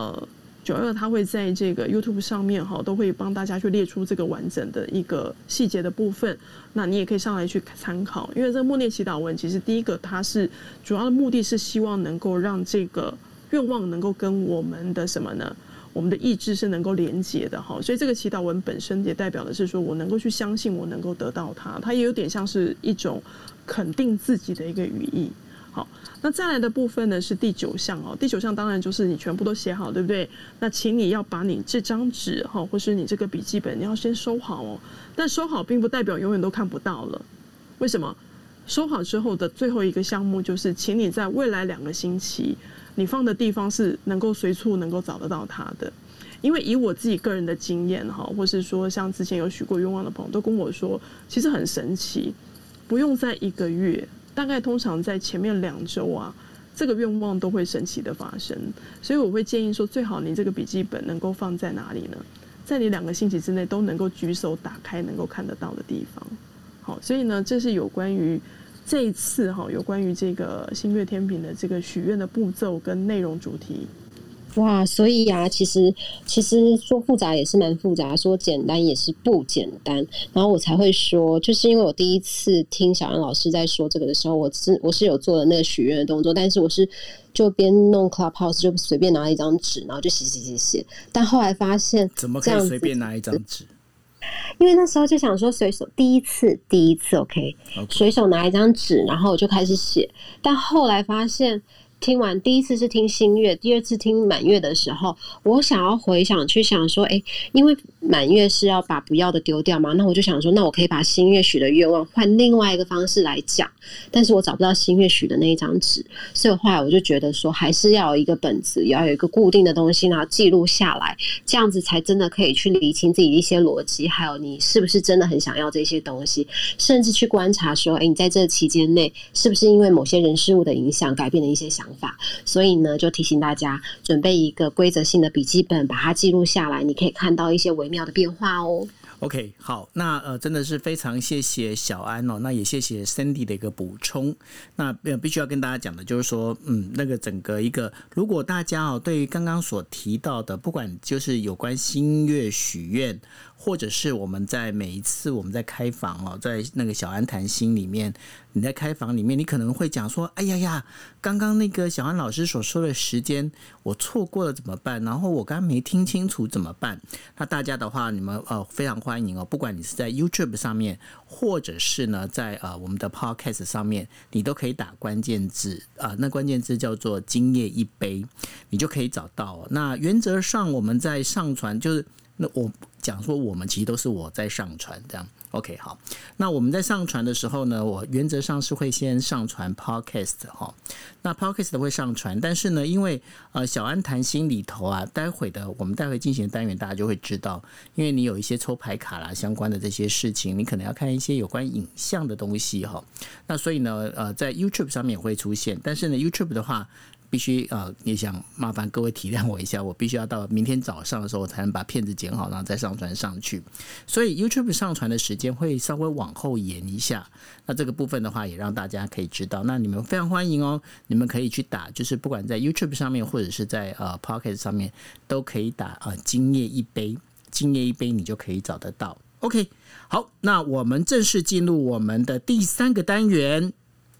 Speaker 1: 92他会在这个 YouTube 上面哈，都会帮大家去列出这个完整的一个细节的部分。那你也可以上来去参考，因为这个默念祈祷文其实第一个它是主要的目的是希望能够让这个愿望能够跟我们的什么呢？我们的意志是能够连结的哈，所以这个祈祷文本身也代表的是说我能够去相信我能够得到它，它也有点像是一种肯定自己的一个语义。好，那再来的部分呢是第9项哦。第9项当然就是你全部都写好，对不对？那请你要把你这张纸哈，或是你这个笔记本，你要先收好哦。但收好并不代表永远都看不到了，为什么？收好之后的最后一个项目就是，请你在未来2个星期，你放的地方是能够随处能够找得到它的。因为以我自己个人的经验哈，或是说像之前有许过愿望的朋友都跟我说，其实很神奇，不用在1个月。大概通常在前面2周啊，这个愿望都会神奇的发生。所以我会建议说，最好你这个笔记本能够放在哪里呢？在你2个星期之内都能够举手打开能够看得到的地方。好，所以呢，这是有关于这一次有关于这个星月天平的这个许愿的步骤跟内容主题。
Speaker 3: 哇，所以啊，其实说复杂也是蛮复杂，说简单也是不简单。然后我才会说，就是因为我第一次听小安老师在说这个的时候，我是有做了那个许愿的动作，但是我是就边弄 Clubhouse 就随便拿了一张纸，然后就写。但后来发现，
Speaker 2: 怎么可以随便拿一张纸？
Speaker 3: 因为那时候就想说随手第一次 OK， 随手拿一张纸，然后我就开始写。但后来发现，听完第一次是听新月，第二次听满月的时候，我想要回想去想说，因为满月是要把不要的丢掉嘛，那我就想说，那我可以把新月许的愿望换另外一个方式来讲，但是我找不到新月许的那一张纸，所以后来我就觉得说，还是要有一个本子，也要有一个固定的东西，然后记录下来，这样子才真的可以去理清自己的一些逻辑，还有你是不是真的很想要这些东西，甚至去观察说，你在这期间内是不是因为某些人事物的影响改变了一些想法。所以呢，就提醒大家准备一个规则性的笔记本，把它记录下来，你可以看到一些微妙的变化哦。
Speaker 2: OK， 好，那真的是非常谢谢小安哦，那也谢谢 Sandy 的一个补充。那必须要跟大家讲的就是说，那个整个一个，如果大家对于刚刚所提到的，不管就是有关新月许愿，或者是我们在每一次我们在开房在那个小安谈心里面，你在开房里面，你可能会讲说，哎呀，刚刚那个小安老师所说的时间我错过了怎么办？然后我刚刚没听清楚怎么办？那大家的话，你们非常欢迎不管你是在 YouTube 上面，或者是呢在我们的 Podcast 上面，你都可以打关键字那关键字叫做今夜一杯，你就可以找到那原则上我们在上传就是那我讲说我们其实都是我在上传这样。OK， 好，那我们在上传的时候呢，我原则上是会先上传 Podcast 哈。那 Podcast 会上传，但是呢，因为小安谈心里头啊，我们待会进行的单元大家就会知道，因为你有一些抽牌卡啦相关的这些事情，你可能要看一些有关影像的东西哈。那所以呢，在 YouTube 上面也会出现，但是呢 YouTube 的话。必须也想麻烦各位体谅我一下，我必须要到明天早上的时候才能把片子剪好，然后再上传上去。所以 YouTube 上传的时间会稍微往后延一下。那这个部分的话，也让大家可以知道。那你们非常欢迎哦，你们可以去打，就是不管在 YouTube 上面或者是在Podcast 上面，都可以打今夜一杯，今夜一杯你就可以找得到。OK， 好，那我们正式进入我们的第3个单元。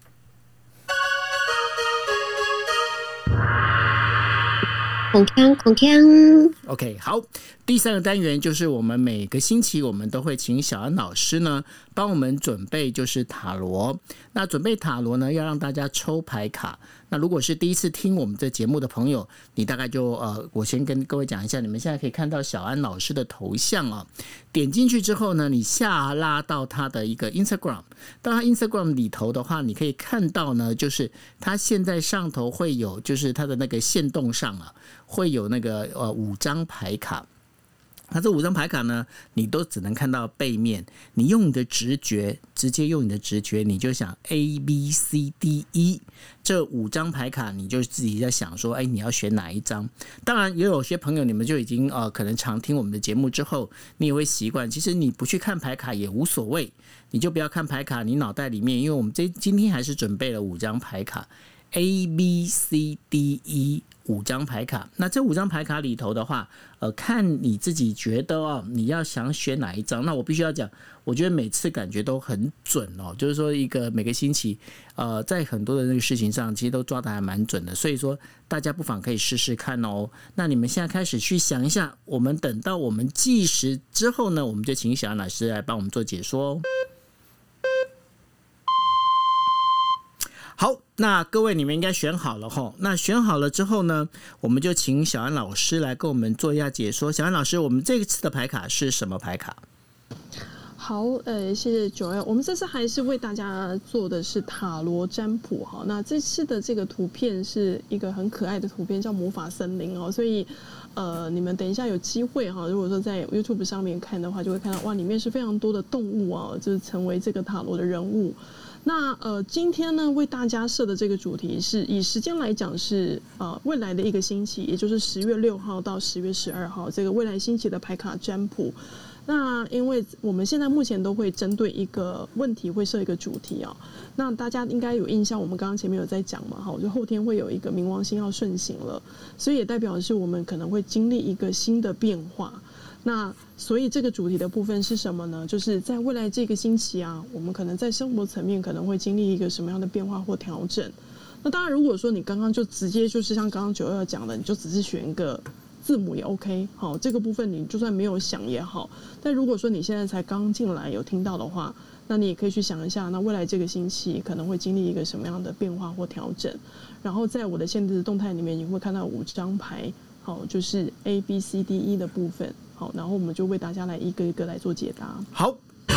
Speaker 3: 孔锵
Speaker 2: OK， 好，第3个单元就是我们每个星期我们都会请小安老师呢帮我们准备就是塔罗。那准备塔罗呢，要让大家抽牌卡。那如果是第一次听我们这节目的朋友，你大概就我先跟各位讲一下，你们现在可以看到小安老师的头像啊。点进去之后呢，你下拉到他的一个 Instagram， 到他 Instagram 里头的话，你可以看到呢，就是他现在上头会有，就是他的那个限动上啊，会有那个5张牌卡。那这5张牌卡呢，你都只能看到背面。你用你的直觉，直接用你的直觉，你就想 A、B、C、D、E 这5张牌卡，你就自己在想说，哎，你要选哪一张？当然，也有些朋友你们就已经可能常听我们的节目之后，你也会习惯。其实你不去看牌卡也无所谓，你就不要看牌卡，你脑袋里面，因为我们今天还是准备了5张牌卡 A、B、C、D、E。5张牌卡，那这5张牌卡里头的话，看你自己觉得你要想选哪一张。那我必须要讲，我觉得每次感觉都很准哦，就是说每个星期，在很多的那个事情上，其实都抓得还蛮准的。所以说，大家不妨可以试试看哦。那你们现在开始去想一下，我们等到我们计时之后呢，我们就请小安老师来帮我们做解说哦。好，那各位你们应该选好了齁。那选好了之后呢，我们就请小安老师来跟我们做一下解说。小安老师，我们这次的牌卡是什么牌卡？
Speaker 1: 好，谢谢九爱。我们这次还是为大家做的是塔罗占卜哈。那这次的这个图片是一个很可爱的图片，叫魔法森林哦。所以你们等一下有机会哈，如果说在 YouTube 上面看的话，就会看到哇，里面是非常多的动物啊，就是成为这个塔罗的人物。那今天呢，为大家设的这个主题是以时间来讲是未来的一个星期，也就是10月6号到10月12号这个未来星期的牌卡占卜。那因为我们现在目前都会针对一个问题会设一个主题啊，那大家应该有印象，我们刚刚前面有在讲嘛，哈，就后天会有一个冥王星要顺行了，所以也代表的是我们可能会经历一个新的变化。那所以这个主题的部分是什么呢？就是在未来这个星期啊，我们可能在生活层面可能会经历一个什么样的变化或调整。那当然，如果说你刚刚就直接就是像刚刚92讲的，你就只是选一个字母也 OK， 好，这个部分你就算没有想也好。但如果说你现在才刚进来有听到的话，那你也可以去想一下，那未来这个星期可能会经历一个什么样的变化或调整。然后在我的限制动态里面，你会看到5张牌，好，就是 A、B、C、D、E 的部分。好，然后我们就为大家来一个一个来做解答。
Speaker 2: 好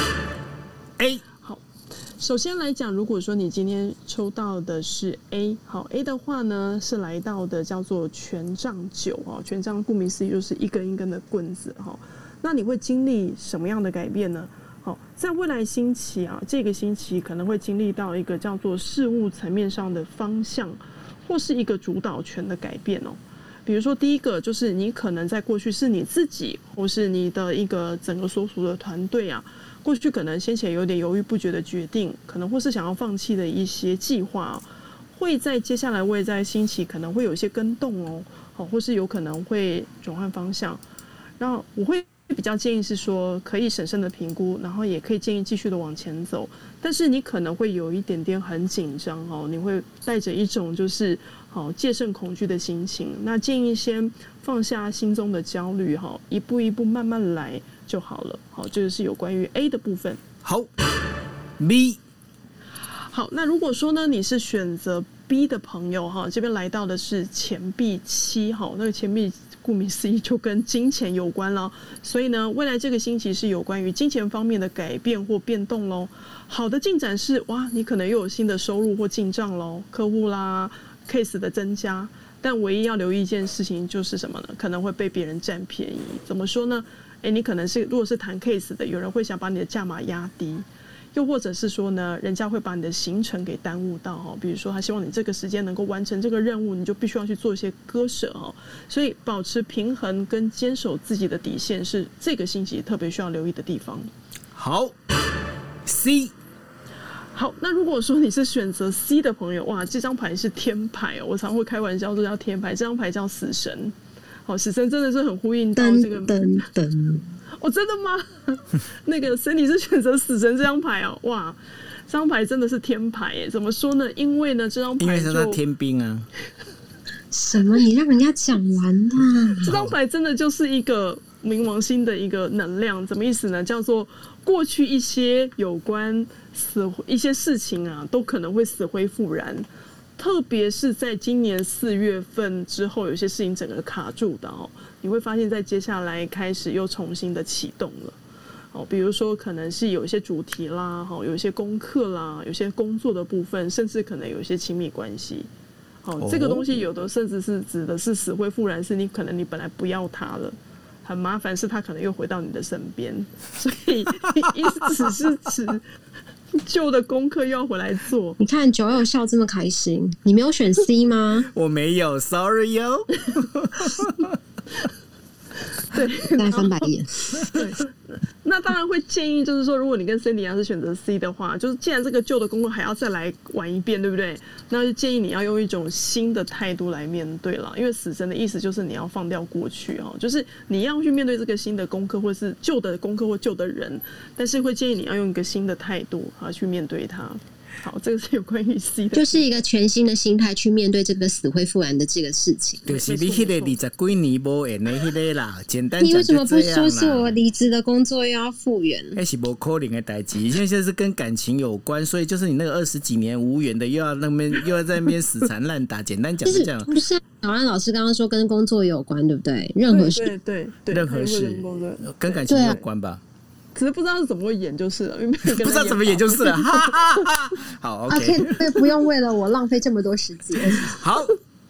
Speaker 2: ，A。
Speaker 1: 好，首先来讲，如果说你今天抽到的是 A， 好 A 的话呢，是来到的叫做权杖9哦，权杖顾名思义就是一根一根的棍子哈。那你会经历什么样的改变呢？好，在未来星期啊，这个星期可能会经历到一个叫做事物层面上的方向，或是一个主导权的改变哦。比如说，第一个就是你可能在过去是你自己，或是你的一个整个所属的团队啊，过去可能先前有点犹豫不决的决定，可能或是想要放弃的一些计划，会在接下来未在星期可能会有一些更动哦，好，或是有可能会转换方向。那我会比较建议是说，可以审慎的评估，然后也可以建议继续的往前走，但是你可能会有一点点很紧张哦，你会带着一种就是戒慎恐惧的心情。那建议先放下心中的焦虑，一步一步慢慢来就好了。好，这个是有关于 A 的部分。
Speaker 2: 好 ，B。
Speaker 1: 好，那如果说呢，你是选择 B 的朋友哈，这边来到的是钱币7哈，那个钱币顾名思义就跟金钱有关了，所以呢，未来这个星期是有关于金钱方面的改变或变动咯。好的进展是哇，你可能又有新的收入或进账咯，客户啦 case 的增加，但唯一要留意一件事情就是什么呢？可能会被别人占便宜。怎么说呢？你可能是如果是谈 case 的，有人会想把你的价码压低，又或者是说呢，人家会把你的行程给耽误到，比如说他希望你这个时间能够完成这个任务，你就必须要去做一些割舍，所以保持平衡跟坚守自己的底线是这个星期特别需要留意的地方。
Speaker 2: 好 ，C。
Speaker 1: 好，那如果说你是选择 C 的朋友，哇，这张牌是天牌我常会开玩笑说叫天牌，这张牌叫死神。好，死神真的是很呼应到这个。
Speaker 3: 噔噔
Speaker 1: 哦，真的吗？那个Sandy是选择死神这张牌哦，哇，这张牌真的是天牌耶！怎么说呢？因为呢，这张牌
Speaker 2: 因为是他天兵啊。
Speaker 3: 什么？你让人家讲完的？
Speaker 1: 这张牌真的就是一个冥王星的一个能量，怎么意思呢？叫做过去一些有关一些事情啊，都可能会死灰复燃。特别是在今年4月份之后，有些事情整个卡住的你会发现在接下来开始又重新的启动了。比如说可能是有一些主题啦，有一些功课啦，有些工作的部分，甚至可能有一些亲密关系。这个东西有的甚至是指的是死灰复燃，是你可能你本来不要它了，很麻烦是它可能又回到你的身边，所以意思是指旧的功课又要回来做。
Speaker 3: 你看九友笑这么开心，你没有选 C 吗？
Speaker 2: 我没有 ，sorry 哟。
Speaker 1: 对，
Speaker 3: 再翻白眼。
Speaker 1: 对，那当然会建议，就是说，如果你跟 Sandy 一样是选择 C 的话，就是既然这个旧的功课还要再来玩一遍，对不对？那就建议你要用一种新的态度来面对了，因为死神的意思就是你要放掉过去就是你要去面对这个新的功课，或是旧的功课或旧的人，但是会建议你要用一个新的态度去面对它。好，这个是有关于 C 的，
Speaker 3: 就是一个全新的心态去面对这个死灰复燃的这个事情。
Speaker 2: 就是你那个20几年没演的那个啦，简单
Speaker 3: 你为什么不说是
Speaker 2: 我
Speaker 3: 我离职的工作又要复原？
Speaker 2: 那是不可能的代志，因为现在是跟感情有关，所以就是你那个20几年无缘的，又要在那边死缠烂打。简单讲是这样。
Speaker 3: 不是小安老师刚刚说跟工作有关，对不对？任何事，
Speaker 1: 对，
Speaker 2: 任何事跟感情有关吧。
Speaker 1: 只是不知道是怎么会演就是了，因为不
Speaker 2: 知道怎么演就是了。好
Speaker 3: ，OK， 不用为了我浪费这么多时间。
Speaker 2: 好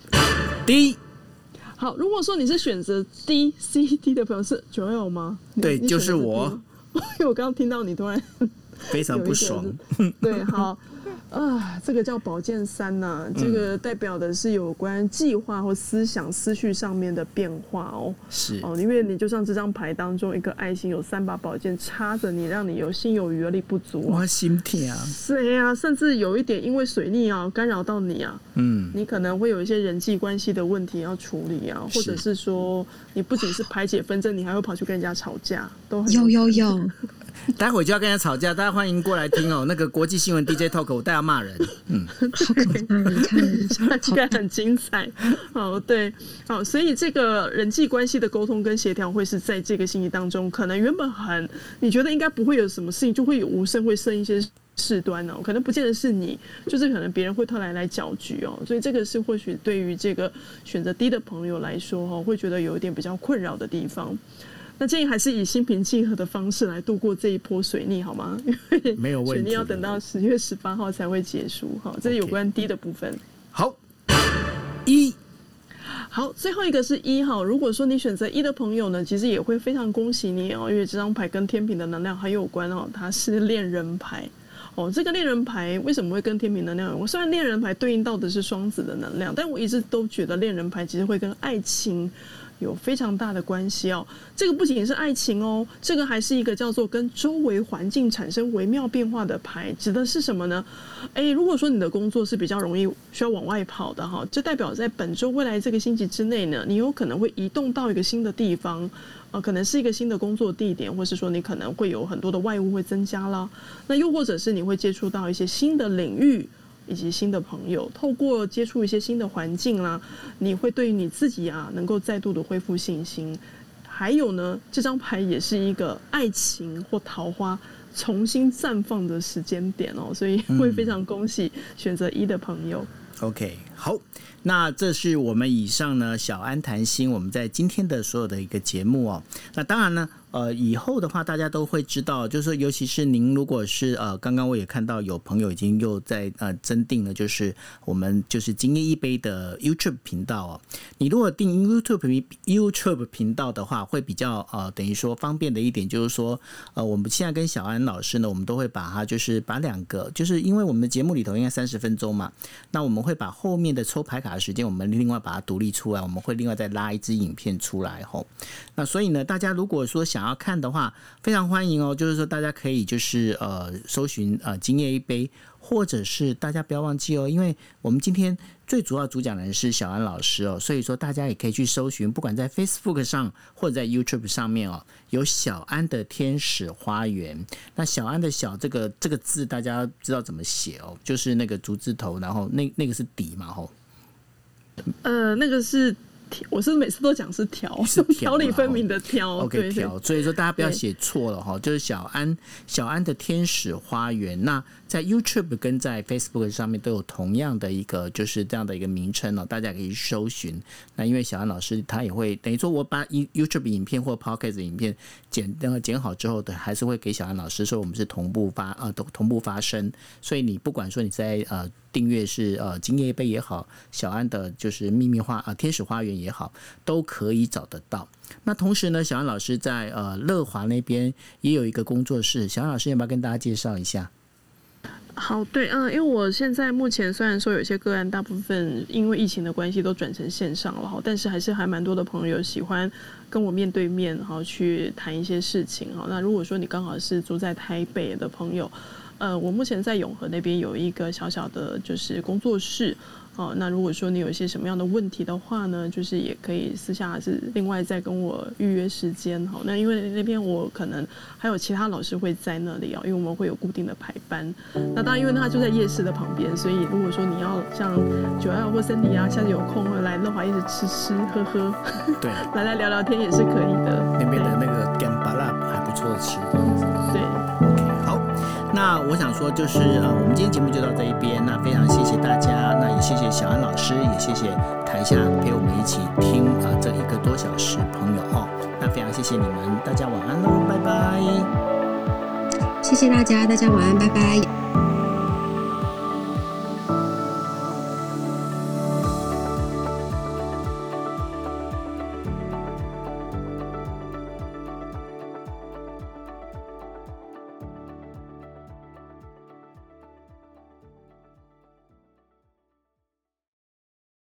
Speaker 2: ，D。
Speaker 1: 好，如果说你是选择 D、C、D 的朋友是九友吗？
Speaker 2: 对，就是我。
Speaker 1: 因为我刚刚听到你突然
Speaker 2: 非常不爽。
Speaker 1: 对，好。这个叫宝剑3呐，这个代表的是有关计划或思想、思绪上面的变化
Speaker 2: 是
Speaker 1: 因为你就像这张牌当中一个爱心有3把宝剑插着你，让你有心有余而力不足
Speaker 2: 我心疼啊！
Speaker 1: 是啊，甚至有一点因为水逆干扰到你你可能会有一些人际关系的问题要处理或者是说你不仅是排解纷争，你还会跑去跟人家吵架，都很
Speaker 3: 有。
Speaker 2: 待会就要跟人家吵架，大家欢迎过来听那个国际新闻 DJ Talk， 我带要骂人。
Speaker 3: 你看，
Speaker 1: 这个很精彩。对，所以这个人际关系的沟通跟协调会是在这个星期当中，可能原本你觉得应该不会有什么事情，就会有无声会生一些事端可能不见得是你，就是可能别人会特来搅局所以这个是或许对于这个选择 D 的朋友来说会觉得有一点比较困扰的地方。那建议还是以心平气和的方式来度过这一波水逆好吗？因为
Speaker 2: 没有问题，
Speaker 1: 水逆要等到10月18号才会结束。这是有关 D 的部分。
Speaker 2: 好，E。
Speaker 1: 好，最后一个是1号。如果说你选择1的朋友呢，其实也会非常恭喜你因为这张牌跟天秤的能量很有关它是恋人牌。这个恋人牌为什么会跟天秤能量有关？虽然恋人牌对应到的是双子的能量，但我一直都觉得恋人牌其实会跟爱情有非常大的关系这个不仅是爱情这个还是一个叫做跟周围环境产生微妙变化的牌。指的是什么呢？如果说你的工作是比较容易需要往外跑的这代表在本周未来这个星期之内呢，你有可能会移动到一个新的地方可能是一个新的工作地点，或是说你可能会有很多的外物会增加啦。那又或者是你会接触到一些新的领域以及新的朋友，透过接触一些新的环境啦，你会对于你自己能够再度的恢复信心。还有呢，这张牌也是一个爱情或桃花重新绽放的时间点所以会非常恭喜选择1的朋友。
Speaker 2: OK， 好，那这是我们以上呢小安谈心我们在今天的所有的一个节目哦。那当然呢，以后的话大家都会知道，就是说尤其是您如果是刚刚我也看到有朋友已经又在增订了，就是我们就是今夜一杯的 YouTube 频道哦。你如果订 YouTube 频道的话，会比较等于说方便的一点就是说，我们现在跟小安老师呢，我们都会把它就是把两个，就是因为我们的节目里头应该30分钟嘛，那我们会把后面的抽牌卡的时间，我们另外把它独立出来，我们会另外再拉一支影片出来吼。那所以呢，大家如果说想要看的话，非常欢迎哦。就是说大家可以就是搜寻今夜一杯，或者是大家不要忘记哦，因为我们今天最主要主讲人是小安老师哦，所以说大家也可以去搜寻，不管在 Facebook 上或者在 YouTube 上面哦，有小安的天使花园。那小安的小这个字大家知道怎么写哦，就是那个竹字头，然后那个是底嘛吼。
Speaker 1: 那个是。我是每次都讲是条理分明的条
Speaker 2: ，OK 条，所以说大家不要写错了哈，就是小安的天使花园。那在 YouTube 跟在 Facebook 上面都有同样的一个就是这样的一个名称哦，大家可以搜寻。那因为小安老师他也会等于说我把 YouTube 影片或 Podcast 影片剪好之后的，还是会给小安老师，所以我们是同步发声。所以你不管说你在订阅是今夜一杯也好，小安的就是秘密天使花园也好，都可以找得到。那同时呢，小安老师在乐华那边也有一个工作室，小安老师要不要跟大家介绍一下？
Speaker 1: 好，对，因为我现在目前虽然说有些个案大部分因为疫情的关系都转成线上了，但是还蛮多的朋友喜欢跟我面对面去谈一些事情。那如果说你刚好是住在台北的朋友，我目前在永和那边有一个小小的就是工作室。那如果说你有一些什么样的问题的话呢，就是也可以私下是另外再跟我预约时间。那因为那边我可能还有其他老师会在那里因为我们会有固定的排班。那当然因为它就在夜市的旁边，所以如果说你要像911或Cindy下次有空会来乐华一直吃喝喝，对，来聊聊天也是可以的。
Speaker 2: 那边的那个干巴辣还不错吃。
Speaker 1: 对。
Speaker 2: 那我想说就是我们今天节目就到这一边，那非常谢谢大家，那也谢谢小安老师，也谢谢台下陪我们一起听这1个多小时朋友那非常谢谢你们，大家晚安喽，拜拜。
Speaker 3: 谢谢大家，大家晚安，拜拜。